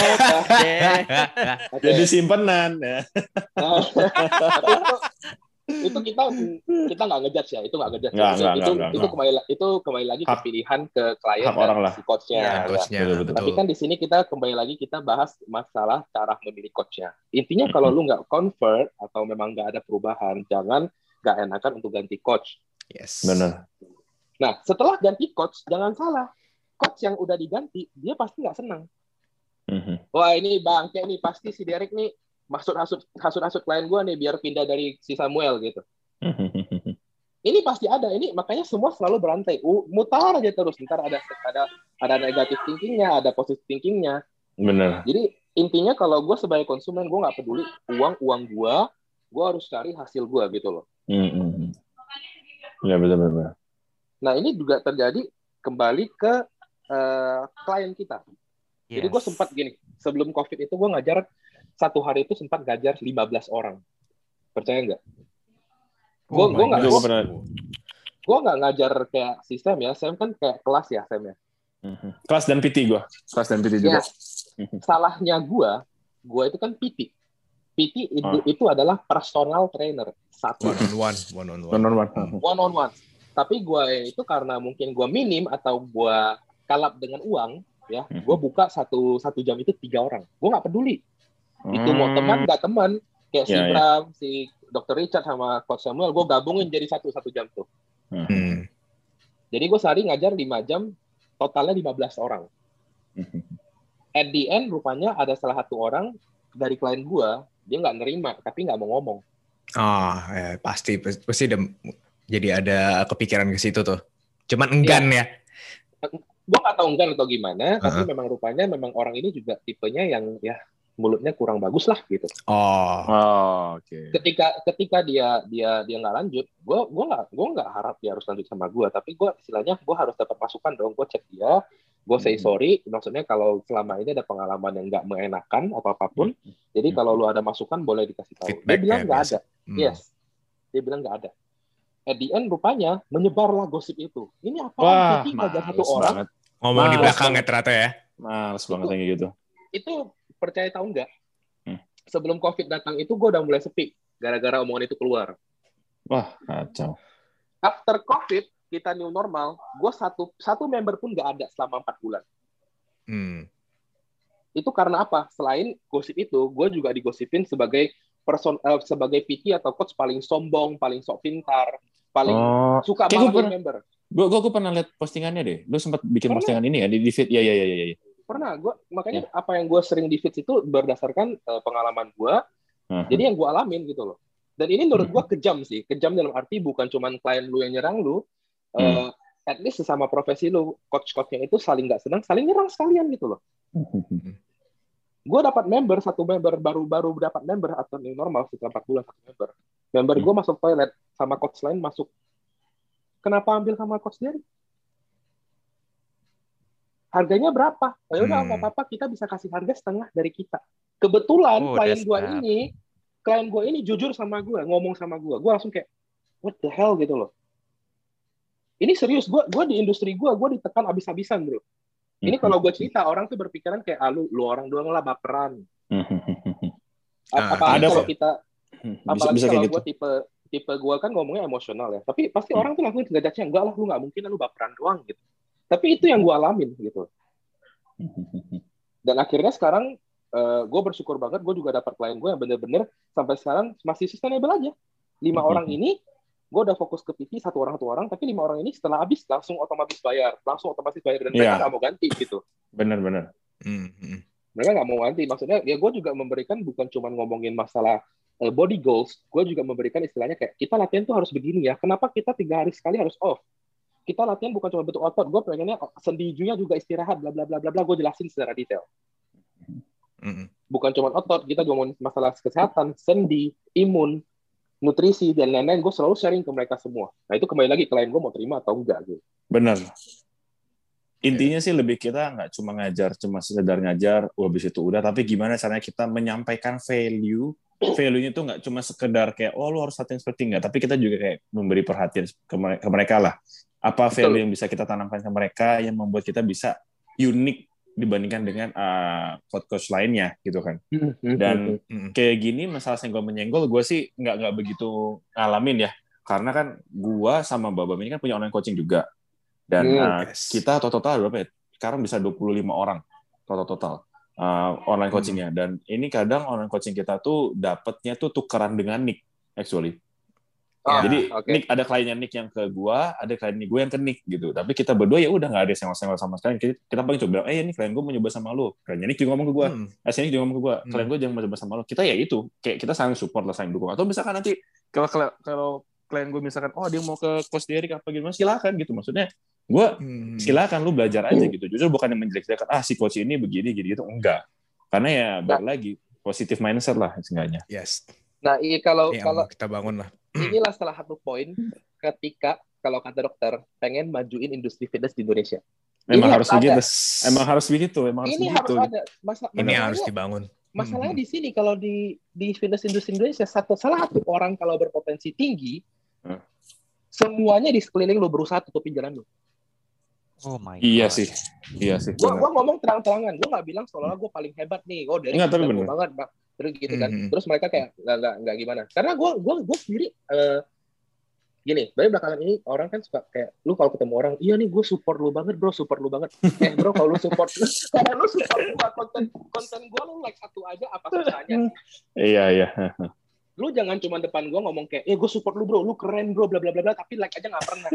Jadi simpenan. Itu kita nggak ngejudge ya, itu nggak ngejudge. Itu kembali lagi ke pilihan ke klien dan si coachnya. Tapi kan di sini kita kembali lagi kita bahas masalah cara memilih coachnya. Intinya kalau lu nggak convert atau memang nggak ada perubahan, jangan nggak enakan untuk ganti coach. Yes. Benar. Nah, setelah ganti coach, jangan salah, coach yang udah diganti dia pasti nggak senang. Wah, ini bangke nih, pasti si Derek nih hasut klien gue nih biar pindah dari si Samuel gitu. Ini pasti ada. Ini makanya semua selalu berantai. Mutar aja terus. Ntar ada negatif thinkingnya, ada positive thinkingnya. Benar. Jadi intinya kalau gue sebagai konsumen, gue nggak peduli uang gue harus cari hasil gue gitu loh. Ya benar. Nah ini juga terjadi kembali ke klien kita. Jadi gue sempat gini, sebelum COVID itu gue ngajar 1 hari itu sempat ngajar 15 orang. Percaya nggak? Gue nggak ngajar kayak sistem ya. Sam kan kayak kelas ya Sam ya. Kelas dan PT gue. Kelas dan PT juga. Salahnya gue itu kan PT. PT itu adalah personal trainer. Satu. One on one. Tapi gue itu karena mungkin gue minim atau gue kalap dengan uang, ya, gue buka satu jam itu 3 orang. Gue nggak peduli. Itu mau teman nggak teman, kayak si Bram, si Dr. Richard sama Coach Samuel, gue gabungin jadi satu jam tuh. Jadi gue sehari ngajar 5 jam, totalnya 15 orang. At the end, rupanya ada salah satu orang dari klien gue, dia nggak nerima, tapi nggak mau ngomong. Pasti jadi ada kepikiran ke situ tuh. Cuman enggan ya. Gue nggak tahu enggan atau gimana, tapi memang rupanya memang orang ini juga tipenya yang ya mulutnya kurang bagus lah gitu. Oke. Ketika dia nggak lanjut, gue nggak harap dia harus lanjut sama gue, tapi gue istilahnya gue harus dapat masukan dong. Gue cek dia, gue say sorry. Maksudnya kalau selama ini ada pengalaman yang nggak mengenakan atau apapun, jadi kalau lu ada masukan boleh dikasih tahu. Feedback, dia bilang nggak ada. Yes, dia bilang nggak ada. At the end rupanya menyebarlah gosip itu. Ini apa? Jadi ngajar satu orang. Ngomong di belakang ya ternyata ya. Males banget kayak gitu. Itu percaya tahu nggak? Sebelum COVID datang itu gue udah mulai sepi. Gara-gara omongan itu keluar. Wah, kacau. After COVID, kita new normal, gue satu member pun nggak ada selama 4 bulan. Itu karena apa? Selain gosip itu, gue juga digosipin sebagai sebagai PT atau coach paling sombong, paling sok pintar, paling suka banget member. Gue pernah lihat postingannya deh. Lu sempat bikin postingan ini ya di feed. Iya. Pernah. Makanya apa yang gue sering di feed itu berdasarkan pengalaman gue. Jadi yang gue alamin gitu loh. Dan ini menurut gue kejam sih. Kejam dalam arti bukan cuma klien lu yang nyerang lu. At least sesama profesi lu, coach-coachnya itu saling nggak senang, saling nyerang sekalian gitu loh. Gue dapat satu member baru dapat member atau yang normal setelah 4 bulan 1 member gue masuk toilet sama coach lain masuk, kenapa ambil sama coach dia? Harganya berapa? Ya udah nggak apa-apa, kita bisa kasih harga setengah dari kita. Kebetulan klien gue ini jujur sama gue, ngomong sama gue langsung kayak what the hell gitu loh. Ini serius, gue di industri gue ditekan abis-abisan bro. Ini kalau gue cerita, orang tuh berpikiran kayak, lu orang doang lah baperan. Apalagi kalau kita, apalagi kalau gue tipe gue kan ngomongnya emosional ya. Tapi pasti orang tuh langsung ngejudge-nya, enggak lah, lu nggak mungkin lu baperan doang gitu. Tapi itu yang gue alamin gitu. Dan akhirnya sekarang, gue bersyukur banget, gue juga dapat klien gue yang bener-bener sampai sekarang masih sustainable aja. 5 orang ini, gue udah fokus ke PT satu orang, tapi 5 orang ini setelah habis langsung otomatis bayar dan mereka nggak mau ganti gitu. Benar. Mereka nggak mau ganti. Maksudnya ya gue juga memberikan bukan cuma ngomongin masalah body goals, gue juga memberikan istilahnya kayak kita latihan tuh harus begini ya. Kenapa kita 3 hari sekali harus off? Kita latihan bukan cuma bentuk otot. Gue pengennya sendinya juga istirahat, bla bla bla bla bla. Gue jelasin secara detail. Bukan cuma otot, kita juga ngomongin masalah kesehatan, sendi, imun, nutrisi dan lain-lain, gue selalu sharing ke mereka semua. Nah itu kembali lagi klien gue mau terima atau enggak gitu. Benar. Intinya sih lebih kita nggak cuma ngajar, cuma sekedar ngajar, habis itu udah. Tapi gimana caranya kita menyampaikan value-nya itu nggak cuma sekedar kayak lu harus latihan seperti enggak, tapi kita juga kayak memberi perhatian ke mereka lah. Apa value yang bisa kita tanamkan ke mereka yang membuat kita bisa unik dibandingkan dengan coach lainnya gitu kan. Dan kayak gini masalah senggol-menyenggol gue sih nggak begitu ngalamin ya, karena kan gue sama Babam ini kan punya online coaching juga, dan kita total berapa ya sekarang bisa 25 orang total online coachingnya. Dan ini kadang online coaching kita tuh dapatnya tuh tukeran dengan Nick actually. Jadi Nick ada kliennya Nick yang ke gua, ada klien gue yang ke Nick gitu. Tapi kita berdua ya udah nggak ada senggol-senggol sama sekali. Kita paling coba bilang, ini klien gue mau nyoba sama lu. Kliennya Nick juga ngomong ke gua, Nick juga ngomong ke gua, klien gue jangan mau coba sama lu. Kita ya itu, kayak kita saling support lah, saling dukung. Atau misalkan nanti kalau klien gue misalkan, dia mau ke Coach Derek apa gimana, silakan gitu. Maksudnya gue silakan lu belajar aja gitu. Jujur bukan yang menjelek-jelekan, si coach ini begini gitu, enggak. Karena ya balik lagi positive mindset lah seenggaknya. Yes. Nah, kalau kita bangun lah. Inilah salah satu poin ketika kalau kata dokter pengen majuin industri fitness di Indonesia. Emang harus begitu. Ini harus ada. Ini harus dibangun. Masalahnya di sini kalau di fitness industri Indonesia salah satu orang kalau berpotensi tinggi semuanya di sekeliling lu berusaha tutupin jalan lu. Oh my God. Iya sih. Gua ngomong terang-terangan, gua nggak bilang seolah-olah gua paling hebat nih. Dari bener banget, Bang. Terus gitu kan. Terus mereka kayak nggak gimana. Karena gua sendiri gini, dari belakangan ini orang kan suka kayak lu kalau ketemu orang, iya nih gue support lu banget bro, bro kalau lu support gua konten gue lu like satu aja apa susahnya? Iya. Lu jangan cuma depan gue ngomong kayak, gue support lu bro, lu keren bro, bla bla bla, tapi like aja nggak pernah.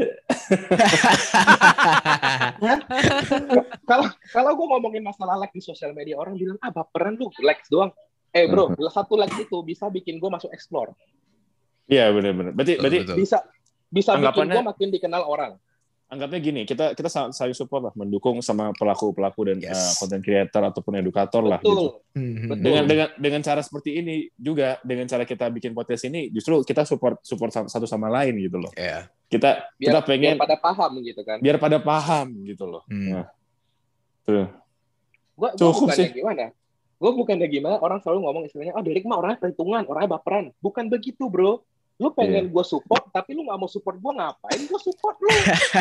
Kalau gue ngomongin masalah like di sosial media, orang bilang baperan lu, likes doang. Bro, satu like itu bisa bikin gue masuk explore. Iya benar. Berarti bisa bikin gue makin dikenal orang. Anggapnya gini, kita saling support lah, mendukung sama pelaku dan content creator ataupun edukator lah gitu. Dengan cara seperti ini juga, dengan cara kita bikin podcast ini, justru kita support satu sama lain gitu loh. Yeah. Kita pengen biar pada paham gitu kan. Biar pada paham gitu loh. Nah, tuh. Cukup sih. Gue bukannya gimana, orang selalu ngomong istilahnya, Derek mah orangnya perhitungan, orangnya baperan. Bukan begitu bro. Lu pengen gue support, tapi lu nggak mau support gue, ngapain gue support lu?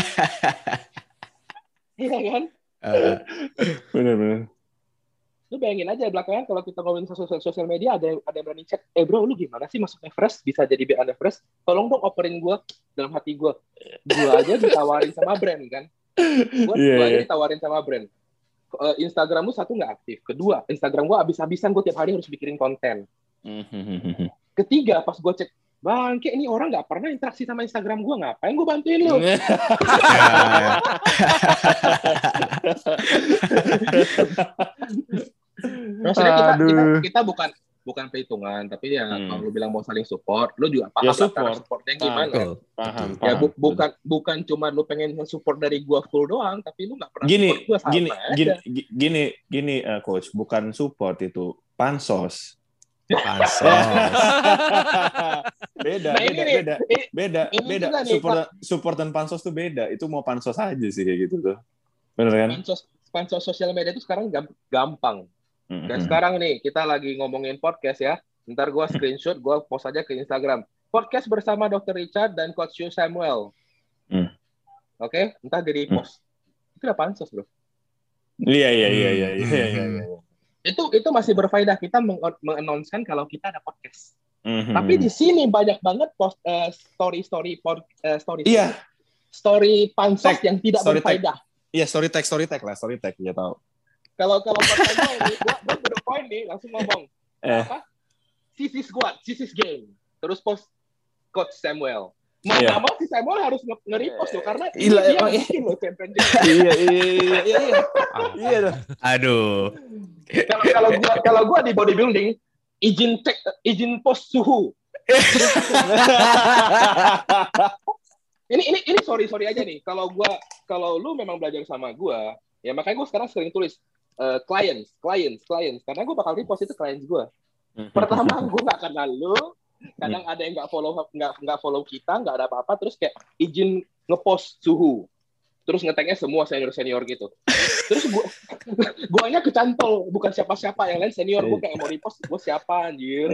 Iya kan? Bener. Lu bayangin aja belakangan kalau kita ngomongin sosial media, ada yang berani chat, bro, lu gimana sih masuk Everest? Bisa jadi BN Everest? Tolong dong operin gue dalam hati gue. Gue aja ditawarin sama brand kan? Gue aja ditawarin sama brand. Instagram lu satu nggak aktif. Kedua, Instagram gue abis-abisan, gue tiap hari harus bikin konten. Ketiga, pas gue cek, bangke ini orang nggak pernah interaksi sama Instagram gue, ngapain gue bantuin lu? Maksudnya kita bukan perhitungan, tapi ya kalau lu bilang mau saling support, lu juga paham supportnya gimana. Paham. Ya bukan cuma lu pengen support dari gue full doang, tapi lu nggak pernah support gue sama aja. Gini, coach, bukan support itu, pansos. Beda. Support dan pansos tuh beda. Itu mau pansos aja sih kayak gitu tuh. Bener kan? Pansos sosial media itu sekarang gampang. Dan sekarang nih kita lagi ngomongin podcast ya. Ntar gue screenshot, gue post aja ke Instagram. Podcast bersama Dr. Richard dan Coach Yu Samuel. Oke, ntar jadi post. Itu udah pansos bro. Iya. Itu masih berfaedah, kita mengannouncekan kalau kita ada podcast. Tapi di sini banyak banget post story pansos yang tidak berfaedah. Iya, story tag ya tahu. Kalau pertanyaan gue udah poin nih, langsung ngomong apa? Sisi squad, sisi game. Terus post Coach Samuel. Mau si Samuel harus nge-repost loh, karena dia mungkin loh champion. Iya dong. Aduh. Kalau gua di bodybuilding, izin post suhu. ini sorry aja nih. Kalau lu memang belajar sama gua, ya makanya gua sekarang sering tulis clients, karena gua bakal repost itu clients gua. Pertama gua nggak kenal lu. Kadang ada yang nggak follow kita, nggak ada apa-apa, terus kayak izin ngepost suhu, terus ngetagnya semua senior gitu. Terus guanya kecantol, bukan siapa-siapa, yang lain senior, gue kayak mau repost, gue siapa anjir.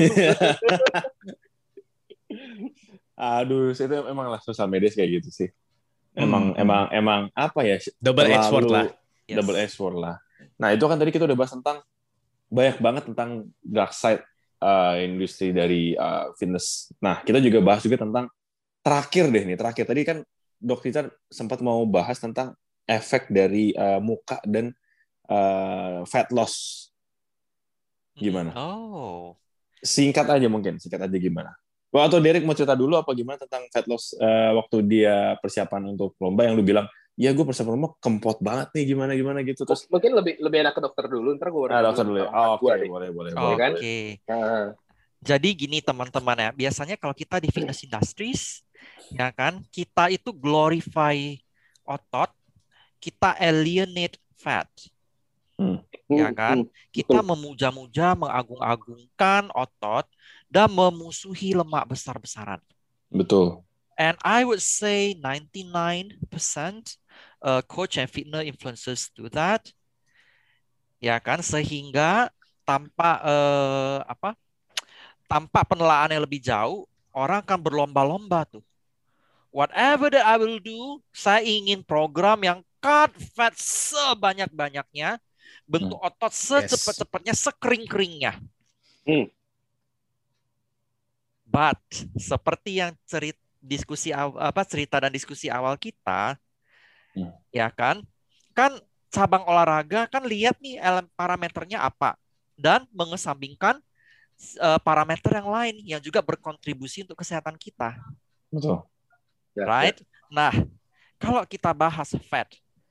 Aduh, itu emang lah sosial media kayak gitu sih. Emang apa ya? Double edged sword lah. Double edged sword lah. Nah itu kan tadi kita udah bahas tentang banyak banget tentang dark side industri dari fitness. Nah, kita juga bahas juga tentang terakhir tadi kan Dr. Richard sempat mau bahas tentang efek dari muka dan fat loss. Gimana? Singkat aja gimana? Atau Derek mau cerita dulu apa gimana tentang fat loss waktu dia persiapan untuk lomba yang lu bilang, ya gue persiapan lomba kempot banget nih gimana gitu terus. Mungkin lebih enak ke dokter dulu, ntar gue dokter dulu. Oke, boleh. Oke. Jadi gini teman-teman ya, biasanya kalau kita di fitness industries, ya kan, kita itu glorify otot, kita alienate fat. Ya kan? Kita memuja-muja, mengagung-agungkan otot dan memusuhi lemak besar-besaran. Betul. And I would say 99% coach and fitness influencers do that. Ya kan, sehingga tanpa tanpa penelaahan yang lebih jauh, orang akan berlomba-lomba tuh Whatever that I will do, saya ingin program yang cut fat sebanyak-banyaknya, bentuk otot secepat-cepatnya, sekering-keringnya. But seperti yang cerita dan diskusi awal kita, ya kan cabang olahraga kan lihat nih parameternya apa dan mengesampingkan parameter yang lain yang juga berkontribusi untuk kesehatan kita. Betul. Right? Nah, kalau kita bahas fat,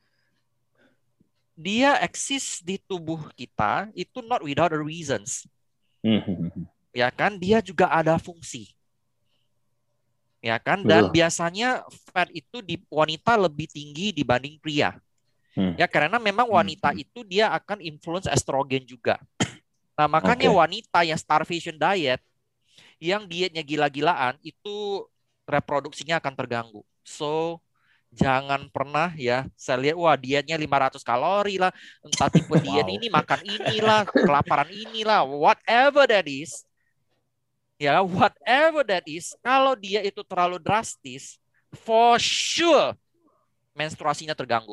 dia eksis di tubuh kita itu not without a reasons. Ya kan, dia juga ada fungsi. Ya kan, dan biasanya fat itu di wanita lebih tinggi dibanding pria. Ya, karena memang wanita itu dia akan influence estrogen juga. Nah, makanya wanita yang starvation diet, yang dietnya gila-gilaan, itu reproduksinya akan terganggu. So, jangan pernah ya, saya lihat, wah dietnya 500 kalori lah, entah tipe diet ini, makan inilah, kelaparan inilah, whatever that is. Ya, whatever that is, kalau dia itu terlalu drastis, for sure menstruasinya terganggu.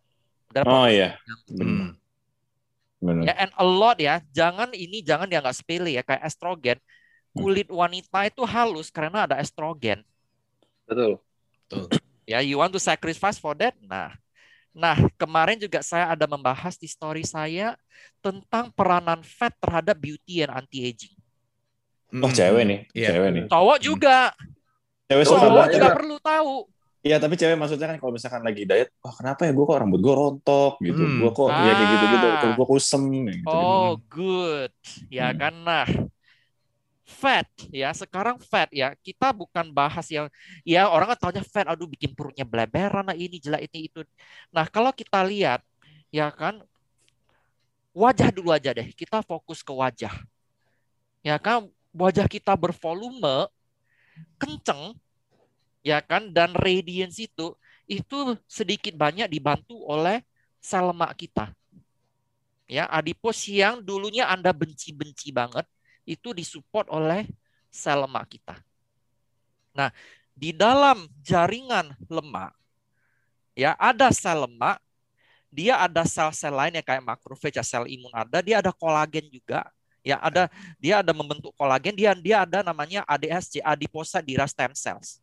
Benar. Ya, and a lot ya, jangan dianggap sepele ya, kayak estrogen. Kulit wanita itu halus karena ada estrogen. Betul. Ya, you want to sacrifice for that? Nah, kemarin juga saya ada membahas di story saya tentang peranan fat terhadap beauty and anti-aging. Cewek nih. Cowok juga. Cowok juga perlu tahu. Iya, tapi cewek maksudnya kan kalau misalkan lagi diet, kenapa ya gue kok rambut gue rontok gitu, gue kok ya kayak gitu-gitu, gue kusem gitu. Good. Ya kan, nah. Fat ya, sekarang fat ya, kita bukan bahas yang ya orang kan taunya fat, aduh bikin perutnya beleberan, nah ini jelek ini itu. Nah, kalau kita lihat ya kan, wajah dulu aja deh, kita fokus ke wajah. Ya kan, wajah kita bervolume kenceng ya kan, dan radiance itu sedikit banyak dibantu oleh sel lemak kita. Ya, adipos yang dulunya Anda benci-benci banget, itu disupport oleh sel lemak kita. Nah, di dalam jaringan lemak, ya ada sel lemak, dia ada sel-sel lain yang kayak makrofage, sel imun ada, dia ada kolagen juga, ya dia ada membentuk kolagen, dia ada namanya ADSC, adiposa-derived stem cells.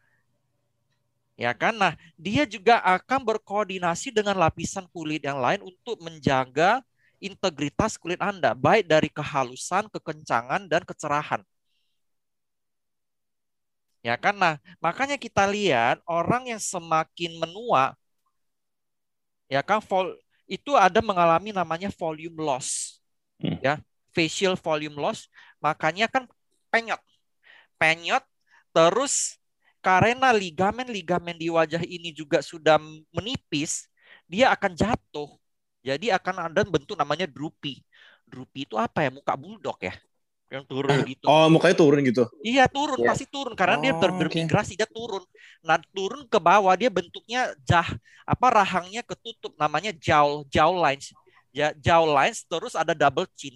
Ya kan, nah dia juga akan berkoordinasi dengan lapisan kulit yang lain untuk menjaga integritas kulit Anda, baik dari kehalusan, kekencangan, dan kecerahan. Ya kan, nah makanya kita lihat orang yang semakin menua, ya kan, itu ada mengalami namanya volume loss, ya, facial volume loss. Makanya kan penyot, terus karena ligamen di wajah ini juga sudah menipis, dia akan jatuh. Jadi akan ada bentuk namanya droopy. Droopy itu apa ya? Muka bulldog ya? Yang turun gitu. Oh, mukanya turun gitu? Iya, turun. Pasti turun. Karena dia bermigrasi, dia turun. Nah, turun ke bawah, dia bentuknya rahangnya ketutup. Namanya jawlines. Jawlines, terus ada double chin.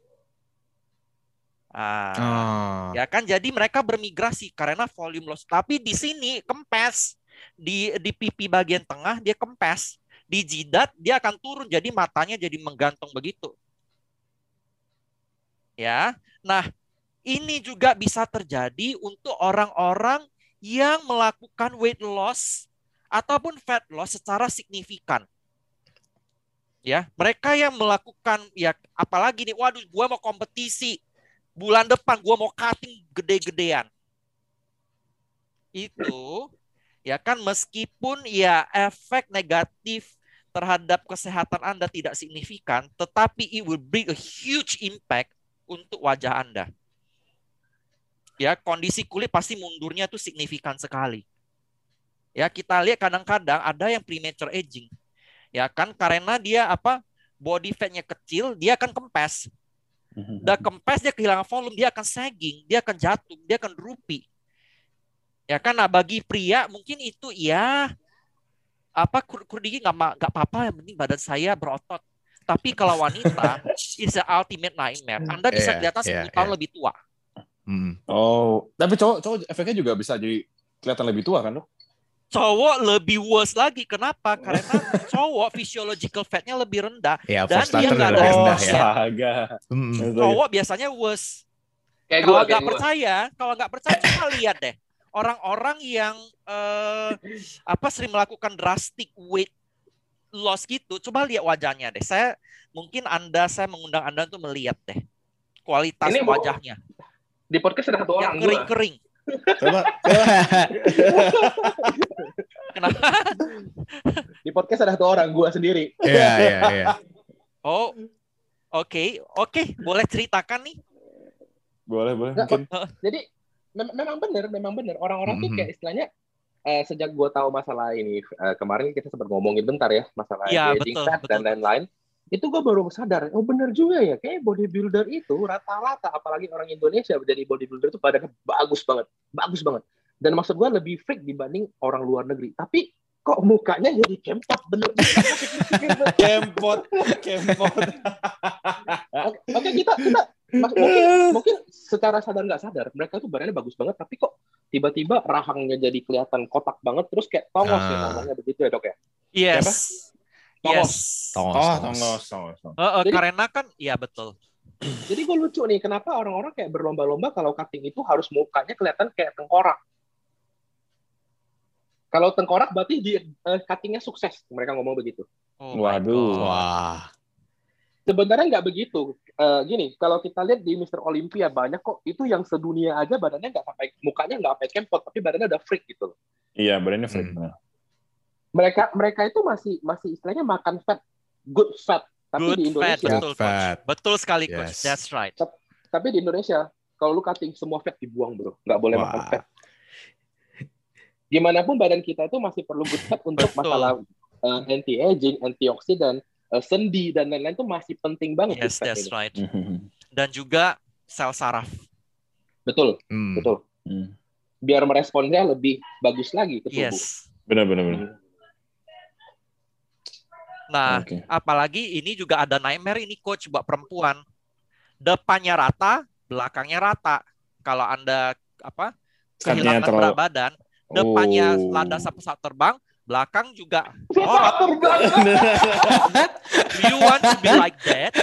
Ya kan, jadi mereka bermigrasi karena volume loss. Tapi di sini kempes. Di pipi bagian tengah, dia kempes. Di jidat dia akan turun, jadi matanya jadi menggantung begitu. Ya, nah ini juga bisa terjadi untuk orang-orang yang melakukan weight loss ataupun fat loss secara signifikan. Ya, mereka yang melakukan ya, apalagi nih, waduh, gua mau kompetisi bulan depan, gua mau cutting gede-gedean. Itu ya kan, meskipun ya efek negatif terhadap kesehatan Anda tidak signifikan, tetapi it will bring a huge impact untuk wajah Anda. Ya, kondisi kulit pasti mundurnya itu signifikan sekali. Ya, kita lihat kadang-kadang ada yang premature aging. Ya kan, karena dia body fatnya kecil, dia akan kempes. Udah kempes, dia kehilangan volume, dia akan sagging, dia akan jatuh, dia akan droopy. Ya kan, nah bagi pria mungkin itu ya kurus dikit nggak apa-apa, yang penting badan saya berotot. Tapi kalau wanita, it's the ultimate nightmare. Anda bisa kelihatan 10 tahun lebih tua. Oh, tapi cowok efeknya juga bisa jadi kelihatan lebih tua kan, Dok? Cowok lebih worse lagi. Kenapa? Karena cowok physiological fatnya lebih rendah. Ya, dan dia nggak ada rendah ya. Cowok biasanya worse. Kalau nggak percaya, coba lihat deh. Orang-orang yang sering melakukan drastic weight loss gitu, coba lihat wajahnya deh. Saya mengundang Anda untuk melihat deh kualitas wajahnya. Di podcast ada satu orang yang kering-kering. Coba. Kenapa? Di podcast ada satu orang, gua sendiri. Iya. Oh, oke. Boleh ceritakan nih? Boleh. Mungkin. Jadi memang benar. Orang-orang tuh kayak istilahnya sejak gua tahu masalah ini, kemarin kita sempat ngomongin bentar ya masalah aging fat dan lain-lain. Itu gue baru sadar, benar juga ya, kayak bodybuilder itu rata-rata, apalagi orang Indonesia jadi bodybuilder itu badannya bagus banget. Dan maksud gue lebih freak dibanding orang luar negeri. Tapi kok mukanya jadi kempot, bener. Kempot. Oke, kita mungkin secara sadar nggak sadar, mereka tuh badannya bagus banget, tapi kok tiba-tiba rahangnya jadi kelihatan kotak banget, terus kayak tongos ya ngomongnya begitu ya, Dok ya? Yes. Tongos. Karena kan, iya betul. Jadi gue lucu nih, kenapa orang-orang kayak berlomba-lomba kalau cutting itu harus mukanya kelihatan kayak tengkorak. Kalau tengkorak berarti cuttingnya sukses, mereka ngomong begitu. Waduh. Wah. Sebenarnya nggak begitu. Gini, kalau kita lihat di Mr. Olympia banyak kok itu yang sedunia aja badannya nggak sampai, mukanya nggak sampai kempot, tapi badannya udah freak gitu loh. Iya, badannya freak. Mereka itu masih istilahnya makan fat, good fat, tapi di Indonesia betul sekali, Coach. That's right. Tapi di Indonesia kalau lu cutting semua fat dibuang, bro, nggak boleh makan fat. Gimana pun badan kita itu masih perlu good fat untuk masalah anti-aging, antioksidan, sendi dan lain-lain itu masih penting banget. Yes, that's right. Dan juga sel saraf. Betul. Biar meresponnya lebih bagus lagi ke tubuh. Yes. Benar. Nah, apalagi ini juga ada nightmare ini, Coach, buat perempuan. Depannya rata, belakangnya rata. Kalau Anda kehilangan berat badan, depannya landas pesawat terbang, belakang juga melorot. Do you want to be like that?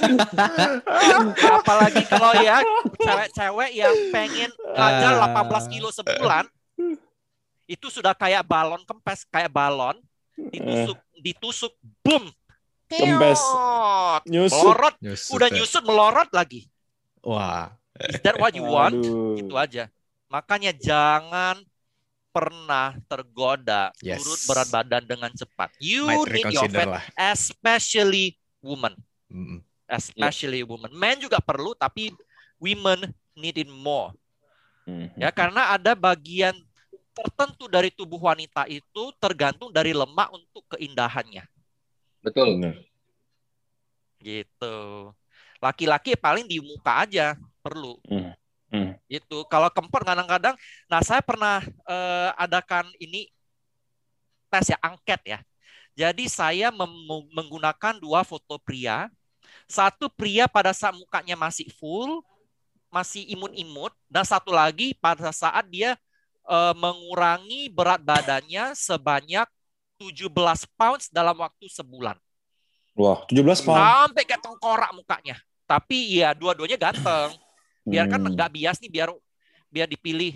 Apalagi kalau ya cewek-cewek yang pengen ngajar 18 kilo sebulan, itu sudah kayak balon kempes, kayak balon ditusuk, boom, kempes, melorot, udah nyusut melorot lagi. Wah. Is that what you want? Gitu aja. Makanya jangan pernah tergoda turut berat badan dengan cepat. You need your fat, especially women. Especially women. Men juga perlu, tapi women need it more. Ya, karena ada bagian tertentu dari tubuh wanita itu tergantung dari lemak untuk keindahannya. Betul. Gitu. Laki-laki paling di muka aja perlu. Itu kalau kempot kadang-kadang. Nah, saya pernah adakan ini tes ya, angket ya. Jadi saya menggunakan 2 foto pria. Satu pria pada saat mukanya masih full, masih imut-imut, dan satu lagi pada saat dia mengurangi berat badannya sebanyak 17 pounds dalam waktu sebulan. Wah, 17 pounds. Sampai kayak tengkorak mukanya. Tapi ya dua-duanya ganteng. Biar kan nggak bias nih, biar dipilih.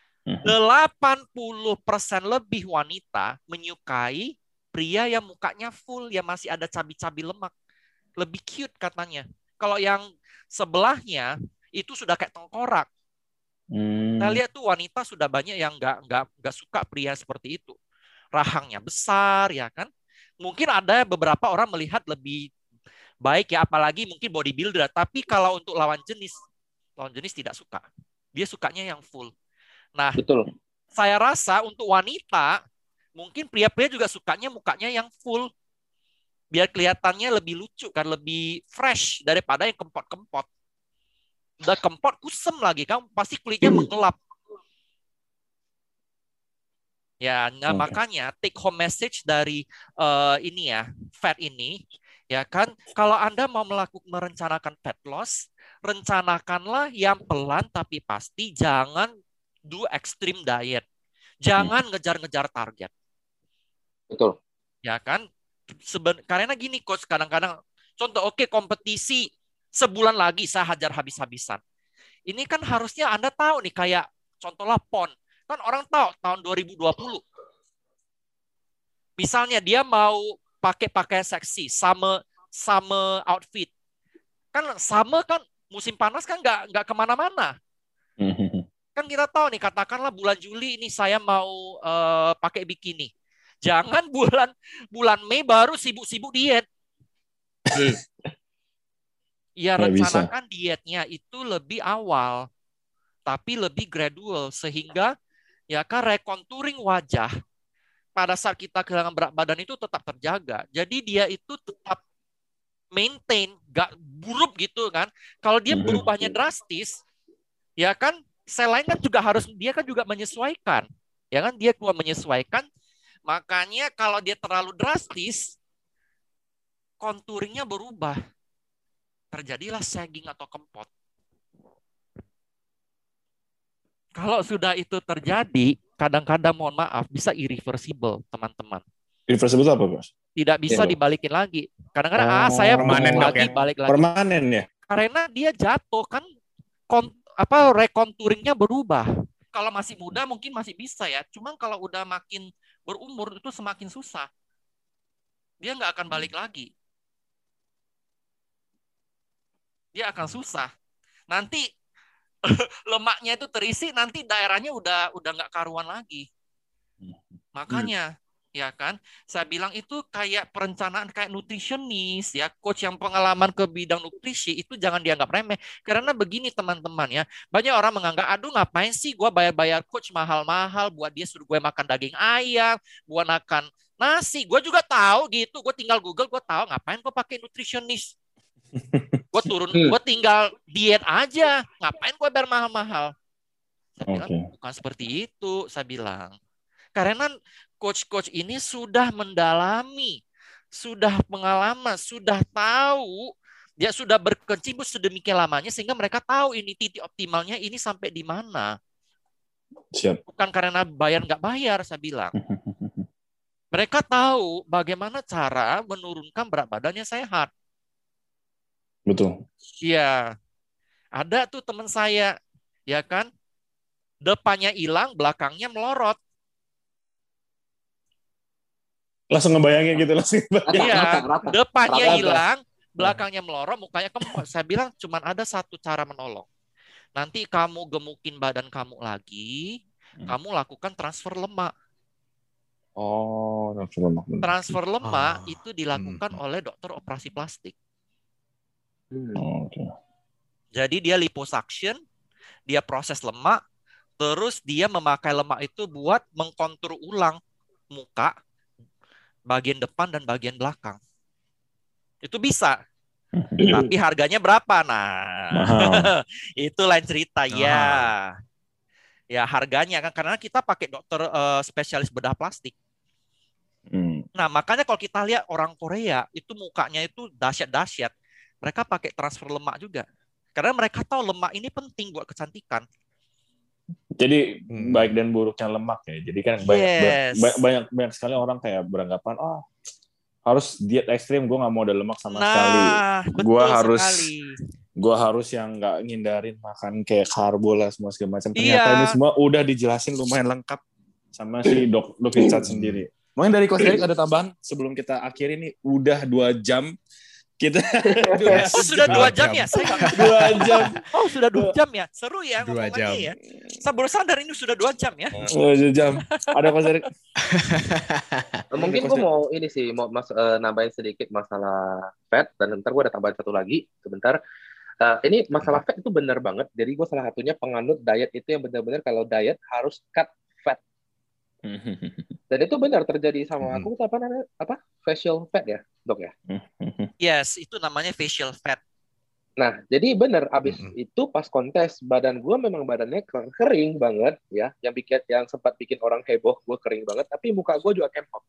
80% lebih wanita menyukai pria yang mukanya full, yang masih ada cabi-cabi lemak. Lebih cute katanya. Kalau yang sebelahnya itu sudah kayak tengkorak. Kita lihat tuh wanita sudah banyak yang nggak suka pria seperti itu. Rahangnya besar, ya kan? Mungkin ada beberapa orang melihat lebih baik ya, apalagi mungkin bodybuilder. Tapi kalau untuk lawan jenis tidak suka. Dia sukanya yang full. Nah, betul. Saya rasa untuk wanita, mungkin pria-pria juga sukanya mukanya yang full. Biar kelihatannya lebih lucu kan, lebih fresh daripada yang kempot-kempot. Udah kempot kusem lagi, kamu pasti kulitnya menggelap. Ya, nah makanya take home message dari ini ya, fat ini, ya kan, kalau Anda mau merencanakan fat loss, rencanakanlah yang pelan tapi pasti, jangan do extreme diet. Jangan ngejar-ngejar target. Betul. Ya kan? Karena gini coach, kadang-kadang contoh kompetisi sebulan lagi saya hajar habis-habisan. Ini kan harusnya Anda tahu nih, kayak contohlah PON. Kan orang tahu tahun 2020. Misalnya dia mau pakai pakaian seksi, sama outfit. Kan sama kan musim panas kan nggak kemana-mana. Kan kita tahu nih, katakanlah bulan Juli ini saya mau pakai bikini. Jangan bulan Mei baru sibuk-sibuk diet. Ya rencanakan dietnya itu lebih awal, tapi lebih gradual, sehingga ya kan recontouring wajah pada saat kita kehilangan berat badan itu tetap terjaga. Jadi dia itu tetap maintain, gak buruk gitu kan. Kalau dia berubahnya drastis, ya kan sel lain kan juga dia kan juga menyesuaikan, ya kan dia cuma menyesuaikan. Makanya kalau dia terlalu drastis, konturingnya berubah, terjadilah sagging atau kempot. Kalau sudah itu terjadi, kadang-kadang mohon maaf bisa irreversible, teman-teman. Irreversible itu apa, Bos? Tidak bisa dibalikin lagi. Kadang-kadang saya permanen lagi ya? balik lagi. Permanen ya? Karena dia jatuh kan rekonturingnya berubah. Kalau masih muda mungkin masih bisa ya. Cuman kalau udah makin berumur itu semakin susah. Dia nggak akan balik lagi. Dia akan susah. Nanti lemaknya itu terisi, nanti daerahnya udah nggak karuan lagi. Makanya ya kan, saya bilang itu kayak perencanaan, kayak nutritionist ya, coach yang pengalaman ke bidang nutrisi itu jangan dianggap remeh. Karena begini teman-teman ya, banyak orang menganggap, aduh ngapain sih gue bayar kucoach mahal-mahal buat dia suruh gue makan daging ayam, buat makan nasi. Gue juga tahu gitu, gue tinggal Google, gue tahu ngapain gue pakai nutritionist. Gue tinggal diet aja, ngapain gue bayar mahal-mahal. Saya bilang bukan seperti itu, saya bilang. Karena coach-coach ini sudah mendalami, sudah pengalaman, sudah tahu, dia sudah berkecimpung sedemikian lamanya sehingga mereka tahu ini titik optimalnya ini sampai di mana. Siap. Bukan karena bayar nggak bayar, saya bilang. Mereka tahu bagaimana cara menurunkan berat badannya sehat. Betul. Iya. Ada tuh teman saya, ya kan, depannya hilang, belakangnya melorot. Langsung ngebayangin gitu, langsung. Iya, depannya hilang, belakangnya melorot, mukanya kempot. Saya bilang cuman ada satu cara menolong. Nanti kamu gemukin badan kamu lagi, kamu lakukan transfer lemak. Oh, transfer lemak. Transfer lemak itu dilakukan oleh dokter operasi plastik. Jadi dia liposuction, dia proses lemak, terus dia memakai lemak itu buat mengkontur ulang muka, bagian depan dan bagian belakang. Itu bisa. Tapi harganya berapa? Nah, itu lain cerita ya. Ya harganya kan karena kita pakai dokter spesialis bedah plastik. Nah, makanya kalau kita lihat orang Korea itu mukanya itu dahsyat-dahsyat. Mereka pakai transfer lemak juga. Karena mereka tahu lemak ini penting buat kecantikan. Jadi baik dan buruknya lemak ya. Jadi kan banyak sekali orang kayak beranggapan, harus diet ekstrim, gue nggak mau ada lemak sama sekali. Gue harus yang nggak ngindarin makan kayak karbo lah semua segala macam. Ternyata ini semua udah dijelasin lumayan lengkap sama si Dok Richard sendiri. Mungkin dari Coach Derek ada tambahan sebelum kita akhiri nih, udah 2 jam. Kita sudah 2 jam ya? Saya 2 jam. Oh, sudah 2 jam ya? Seru ya 2 jam ya. Saya baru sadar ini sudah 2 jam ya. 2 jam. Ada Coach Derek? Mungkin gue mau ini sih, mau nambahin sedikit masalah fat, dan ntar gue ada tambahan satu lagi sebentar. Ini masalah fat itu benar banget. Jadi gue salah satunya penganut diet itu yang benar-benar kalau diet harus cut fat. Dan itu benar terjadi sama aku, apa facial fat ya, Dok ya? Yes, itu namanya facial fat. Nah, jadi benar abis itu pas kontes badan gue memang badannya kering banget ya, yang sempat bikin orang heboh, gue kering banget, tapi muka gue juga kempot.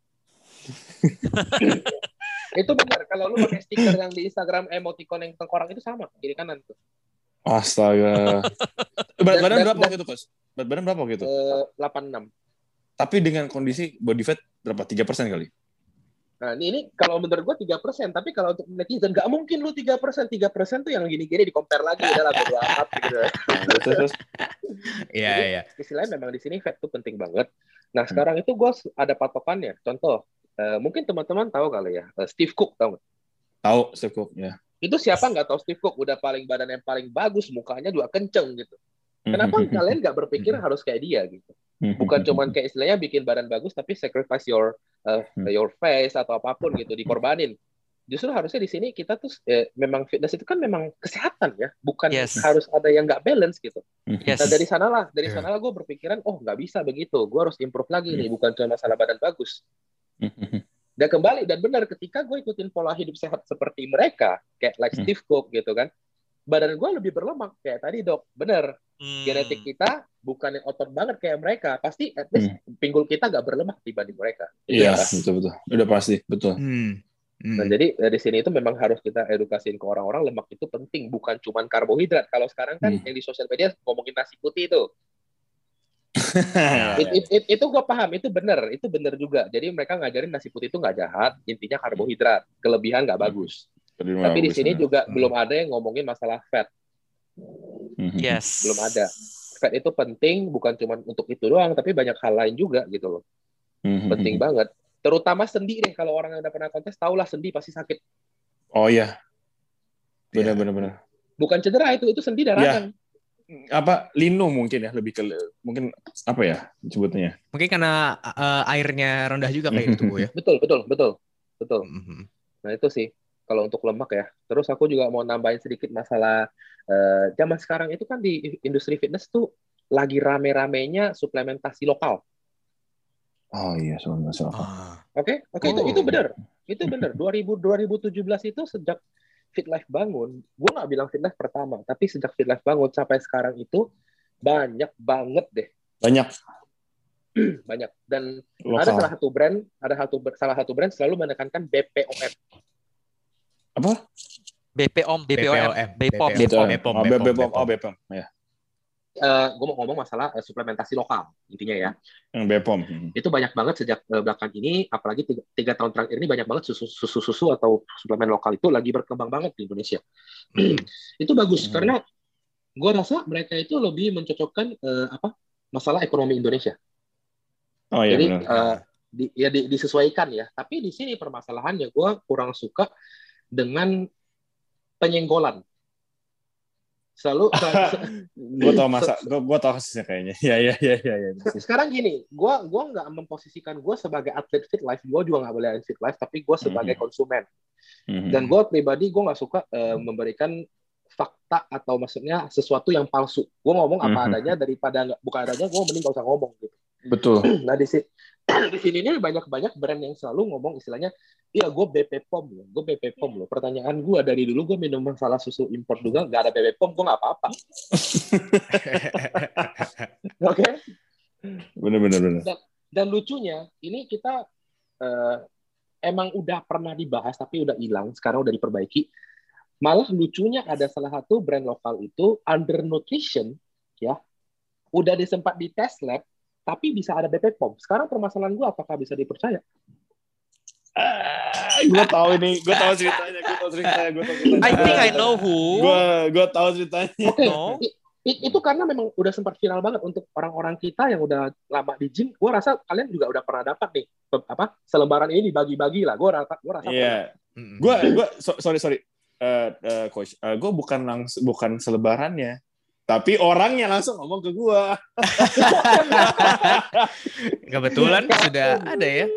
Itu benar, kalau lu pakai stiker yang di Instagram emoticon yang tengkorak itu sama kiri kanan tuh. Astaga. Berat badan berapa gitu, Coach? Berat badan berapa gitu? 86. tapi dengan kondisi body fat berapa? 3% kali. Nah, ini kalau menurut gue 3%, tapi kalau untuk netizen nggak mungkin lu 3%. 3% tuh yang gini-gini di-compare lagi, udah lah bodo amat gitu. Terus. Iya. Istilahnya memang di sini fat tuh penting banget. Nah, sekarang itu gue ada patokannya. Contoh, mungkin teman-teman tahu kali ya, Steve Cook tahu nggak? Tahu Steve Cook, ya. Itu siapa nggak tahu Steve Cook? Udah paling badan yang paling bagus, mukanya juga kenceng gitu. Kenapa kalian nggak berpikir harus kayak dia gitu? Bukan cuman kayak istilahnya bikin badan bagus, tapi sacrifice your face atau apapun gitu, dikorbanin. Justru harusnya di sini kita tuh memang fitness itu kan memang kesehatan ya, bukan harus ada yang nggak balance gitu. Nah dari sanalah gue berpikiran, nggak bisa begitu, gue harus improve lagi nih, bukan cuma masalah badan bagus. Dan kembali, dan benar ketika gue ikutin pola hidup sehat seperti mereka, kayak like Steve Cook gitu kan, badan gue lebih berlemak kayak tadi dok, bener. Genetik kita bukan yang otot banget kayak mereka, pasti at least pinggul kita nggak berlemak dibanding mereka. Iya, betul. Udah pasti, betul. Nah, jadi di sini itu memang harus kita edukasiin ke orang-orang, lemak itu penting, bukan cuma karbohidrat. Kalau sekarang kan yang di sosial media ngomongin nasi putih itu. Itu gue paham, itu bener juga. Jadi mereka ngajarin nasi putih itu nggak jahat, intinya karbohidrat, kelebihan nggak bagus. Tapi di sini juga belum ada yang ngomongin masalah fat. Belum ada. Fat itu penting, bukan cuma untuk itu doang, tapi banyak hal lain juga gitu loh. Penting banget. Terutama sendi deh, kalau orang yang udah pernah kontes, tahulah sendi pasti sakit. Oh iya. Benar. Bukan cedera itu sendi dan radang. Apa lino mungkin ya, lebih ke mungkin apa ya sebutnya? Mungkin karena airnya rendah juga kayak gitu Bu ya. Betul. Nah itu sih kalau untuk lemak ya. Terus aku juga mau nambahin sedikit masalah zaman sekarang itu kan di industri fitness tuh lagi rame-ramenya suplementasi lokal. Oh iya, suplementasi lokal. Oke, itu benar. Itu benar. 2017 itu sejak Fit Life bangun, gue nggak bilang Fit Life pertama, tapi sejak Fit Life bangun sampai sekarang itu banyak banget deh. Banyak. Dan lokal. Ada salah satu brand selalu menekankan BPOM. Apa? BPOM. Ya. Gue mau ngomong masalah suplementasi lokal intinya ya. BPOM. Itu banyak banget sejak belakang ini, apalagi 3 tahun terakhir ini banyak banget susu atau suplemen lokal itu lagi berkembang banget di Indonesia. Itu bagus karena gue rasa mereka itu lebih mencocokkan masalah ekonomi Indonesia. Oh iya. Jadi disesuaikan ya. Tapi di sini permasalahannya gue kurang suka dengan penyenggolan. Selalu gue tau kasusnya kayaknya. Ya. Sekarang gini, gue nggak memposisikan gue sebagai atlet Fit Life, gue juga nggak boleh Fit Life, tapi gue sebagai konsumen. Dan gue pribadi gue nggak suka memberikan fakta atau maksudnya sesuatu yang palsu. Gue ngomong apa adanya daripada bukan adanya, gue mending gak usah ngomong gitu. Betul. Nah di sini ini banyak brand yang selalu ngomong istilahnya, iya gue BPOM loh. Pertanyaan gue dari dulu gue minum masalah susu impor juga nggak ada BPOM, gue nggak apa-apa. Oke? Bener. Dan lucunya ini kita emang udah pernah dibahas tapi udah hilang, sekarang udah diperbaiki. Malah lucunya ada salah satu brand lokal itu undernutrition ya, udah disempat di test lab tapi bisa ada BPOM. Sekarang permasalahan gue apakah bisa dipercaya? Gue tahu ceritanya. I think I know who. Gue tahu ceritanya. Okay. No. Itu karena memang udah sempat viral banget untuk orang-orang kita yang udah lama di gym. Gue rasa kalian juga udah pernah dapat nih selembaran ini dibagi-bagi lah. Gue rasa. Iya. Sorry. Coach, gue bukan selebarannya, tapi orangnya langsung ngomong ke gue. Kebetulan sudah ada ya.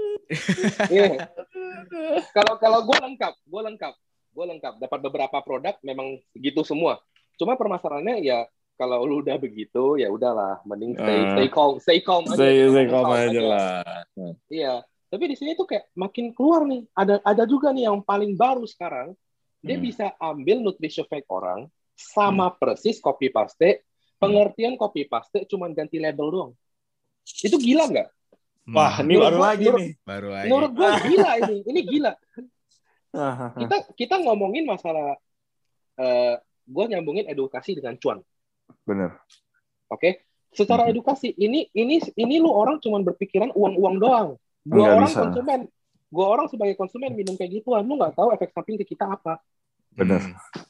Kalau gue lengkap. Dapat beberapa produk memang gitu semua. Cuma permasalahannya ya kalau lu udah begitu ya udahlah, mending stay calm aja lah. Iya. Tapi di sini tuh kayak makin keluar nih. Ada juga nih yang paling baru sekarang. Dia bisa ambil nutrition fact orang sama persis copy paste. Pengertian copy paste cuma ganti label doang. Itu gila nggak? Wah, ini baru lagi. Menurut gue gila ini. Ini gila. Kita ngomongin masalah gue nyambungin edukasi dengan cuan. Bener. Oke? Secara edukasi, ini lu orang cuma berpikiran uang doang. Gua orang sebagai konsumen minum kayak gituan, lu nggak tahu efek samping ke kita apa. Benar.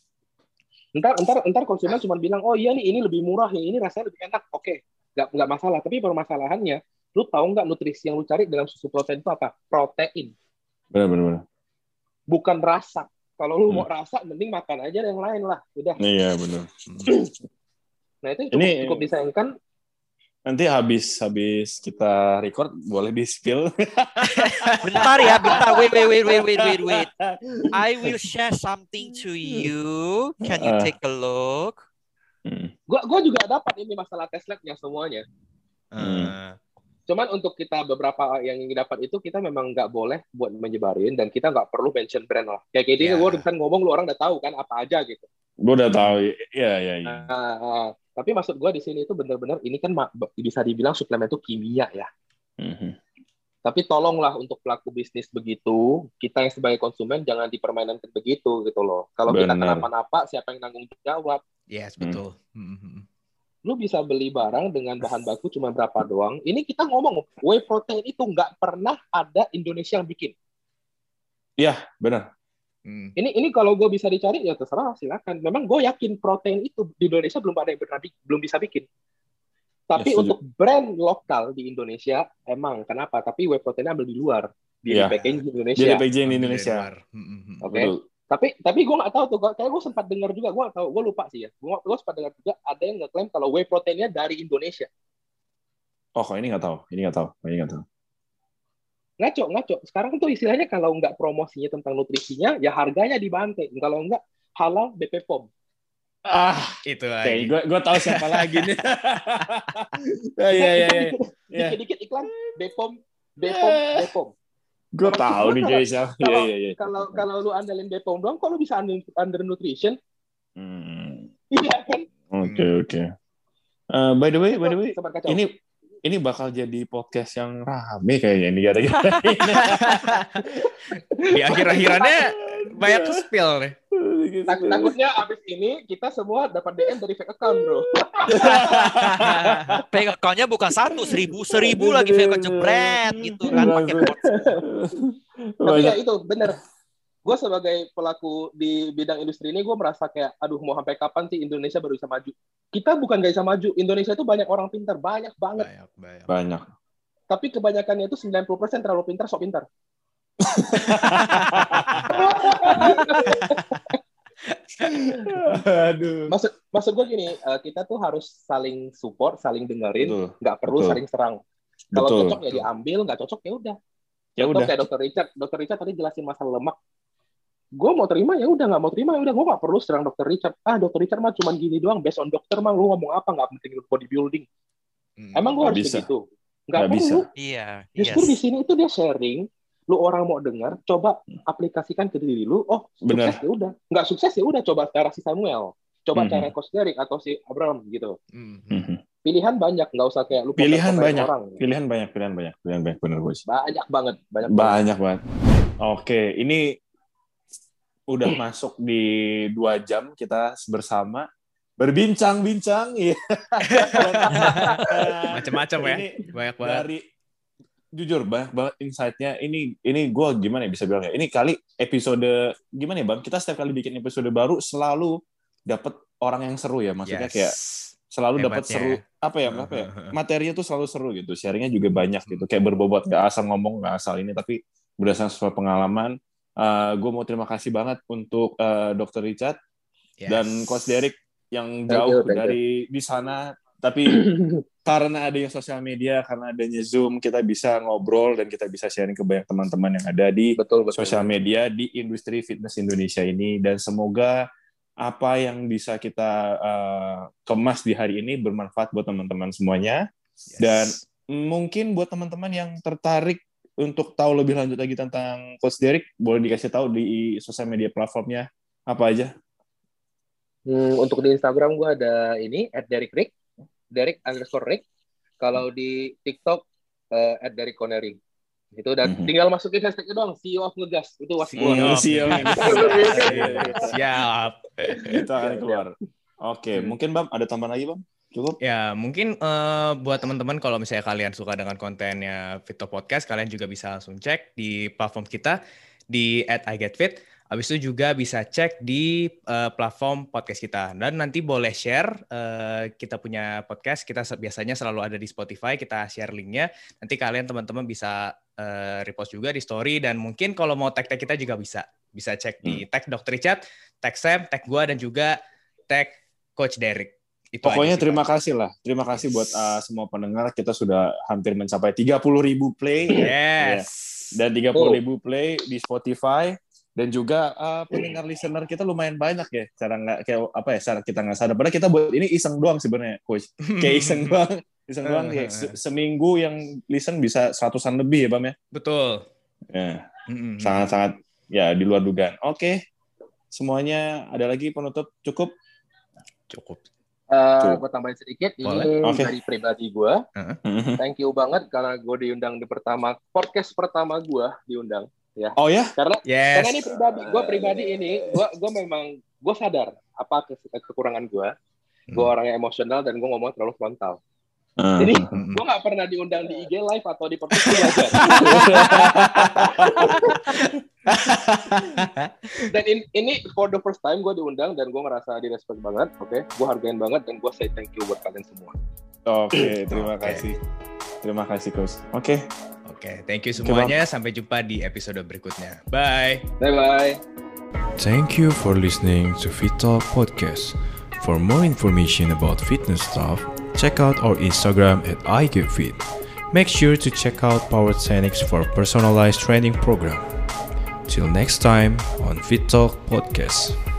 Ntar konsumen cuma bilang, oh iya nih ini lebih murah, yang ini rasanya lebih enak. Oke, nggak masalah. Tapi permasalahannya, lu tahu nggak nutrisi yang lu cari dalam susu protein itu apa? Protein. Benar. Bukan rasa. Kalau lu mau rasa, mending makan aja yang lain lah. Udah. Iya, benar. Nah, itu cukup disayangkan. Nanti habis kita record, boleh di-spill. Bentar. Wait. I will share something to you. Can you take a look? Gua juga dapat ini masalah test lab-nya semuanya. Cuman untuk kita beberapa yang dapat itu kita memang nggak boleh buat menyebarin dan kita nggak perlu mention brand lah. Kayak gini gue udah ngomong lu orang udah tahu kan apa aja gitu. Gue udah tahu, iya. Tapi maksud gue di sini itu benar-benar ini kan bisa dibilang suplemen itu kimia ya. Tapi tolonglah untuk pelaku bisnis begitu, kita yang sebagai konsumen jangan dipermainkan begitu gitu loh. Kalau kita kenapa-napa, siapa yang tanggung jawab? Yes, betul. Lu bisa beli barang dengan bahan baku cuma berapa doang. Ini kita ngomong, whey protein itu nggak pernah ada Indonesia yang bikin. Iya, benar. Ini kalau gue bisa dicari ya terserah, silakan. Memang gue yakin protein itu di Indonesia belum bisa bikin. Tapi untuk brand lokal di Indonesia emang kenapa? Tapi whey proteinnya ambil di luar, di packaging di Indonesia. Di packaging di Indonesia. Oke. Tapi gue nggak tahu tuh, kayak gue sempat dengar juga, gue nggak tahu, gue lupa sih ya. Gue sempat dengar juga ada yang ngeklaim kalau whey proteinnya dari Indonesia. Oh, ini nggak tahu. Ngaco. Sekarang tuh istilahnya kalau nggak promosinya tentang nutrisinya, ya harganya dibanting. Kalau nggak halal BP POM. Itu lagi. Gue tahu siapa lagi nih. Dikit-dikit iklan BPOM. Gue tahu nih Jaisa. Iya. Kalau lu andalin BPOM doang, kok lu bisa under nutrition? Iya kan? Oke. By the way, ini bakal jadi podcast yang rame kayaknya ini gara-gara ini. Di akhir-akhirannya banyak spill nih. Takutnya abis ini kita semua dapat DM dari fake account, bro. Fake account-nya bukan 1, 1000 lagi fake account jebret gitu kan pakai bot. Tapi ya itu bener. Gue sebagai pelaku di bidang industri ini, gue merasa kayak, aduh mau sampai kapan sih Indonesia baru bisa maju? Kita bukan gak bisa maju. Indonesia itu banyak orang pintar, banyak banget. Banyak. Tapi kebanyakannya itu 90% terlalu pintar, sok pintar. Aduh. Maksud gue gini, kita tuh harus saling support, saling dengerin, nggak perlu saling serang. Kalau cocok ya diambil, nggak cocok ya udah. Contoh kayak Dr. Richard tadi jelasin masalah lemak. Gue mau terima ya udah, nggak mau terima ya udah. Gue nggak perlu serang Dr. Richard. Dr. Richard mah cuma gini doang. Based on dokter mah lu ngomong apa nggak penting bodybuilding. Emang gue harus begitu? Nggak perlu. Iya. Justru di sini itu dia sharing. Lu orang mau dengar, coba aplikasikan ke diri lu. Oh, sukses ya udah. Nggak sukses ya udah, coba cara si Samuel, coba cara Coach Derek atau si Abraham gitu. Pilihan banyak, nggak usah kayak lu pilihan banyak benar bos. Banyak banget. Oke, ini udah masuk di 2 jam kita bersama berbincang-bincang ya. Macam-macam ya. Banyak banget. Jujur banget insight-nya. Ini gue gimana ya bisa bilang ya. Ini kali episode gimana ya Bang? Kita setiap kali bikin episode baru selalu dapat orang yang seru ya. Maksudnya kayak selalu dapat seru apa ya materinya tuh selalu seru gitu. Sharingnya juga banyak gitu. Kayak berbobot, nggak asal ngomong, nggak asal ini, tapi berdasarkan sesuai pengalaman. Gue mau terima kasih banget untuk Dr. Richard dan Coach Derek yang jauh dari di sana. Tapi karena adanya sosial media, karena adanya Zoom, kita bisa ngobrol dan kita bisa sharing ke banyak teman-teman yang ada di sosial media di industri fitness Indonesia ini. Dan semoga apa yang bisa kita kemas di hari ini bermanfaat buat teman-teman semuanya. Dan mungkin buat teman-teman yang tertarik untuk tahu lebih lanjut lagi tentang Coach Derek, boleh dikasih tahu di sosial media platformnya apa aja? Untuk di Instagram gue ada ini @DerekRick, Derek_Rick. Kalau di TikTok @DerekConnery. Itu udah tinggal masukin hashtagnya doang, CEO of Ngegas. Itu CEO. Siap. Itu akan keluar. Oke, mungkin Bang ada tambahan lagi Bang? Cukup. Ya, mungkin buat teman-teman kalau misalnya kalian suka dengan kontennya Fit Talk Podcast, kalian juga bisa langsung cek di platform kita di @igetfit. Habis itu juga bisa cek di platform podcast kita. Dan nanti boleh share kita punya podcast. Kita biasanya selalu ada di Spotify. Kita share linknya. Nanti kalian teman-teman bisa repost juga di story. Dan mungkin kalau mau tag kita juga bisa. Bisa cek di tag Dr. Richard, tag Sam, tag gua, dan juga tag Coach Derek. Itu pokoknya terima kasih lah. Terima kasih buat semua pendengar. Kita sudah hampir mencapai 30.000 play. Yes. Dan 30.000 play di Spotify. Dan juga pendengar listener kita lumayan banyak ya. Cara kita nggak sadar. Padahal kita buat ini iseng doang sebenarnya, Coach. Kayak iseng doang. Ya. Seminggu yang listen bisa 100-an lebih ya, Bam ya. Betul. Ya. Sangat-sangat ya di luar dugaan. Oke. Semuanya ada lagi penutup? Cukup. Gue tambahin sedikit, ini dari pribadi gue. Thank you banget karena gue diundang di podcast pertama gue diundang. Ya. Oh ya? Karena ini pribadi ini, gue sadar apa kekurangan gue. Gue orang yang emosional dan gue ngomong terlalu frontal. Jadi gue nggak pernah diundang di IG Live atau di podcast belajar. Dan ini for the first time gue diundang dan gue ngerasa direspect banget. Oke, gue hargain banget dan gue say thank you buat kalian semua. Oke, terima kasih. Terima kasih, Coach. Oke, thank you semuanya. Sampai jumpa di episode berikutnya. Bye. Bye. Thank you for listening to Fit Talk Podcast. For more information about fitness stuff, check out our Instagram @igetfit. Make sure to check out Powered Scenics for personalized training program. Till next time on Fit Talk Podcast.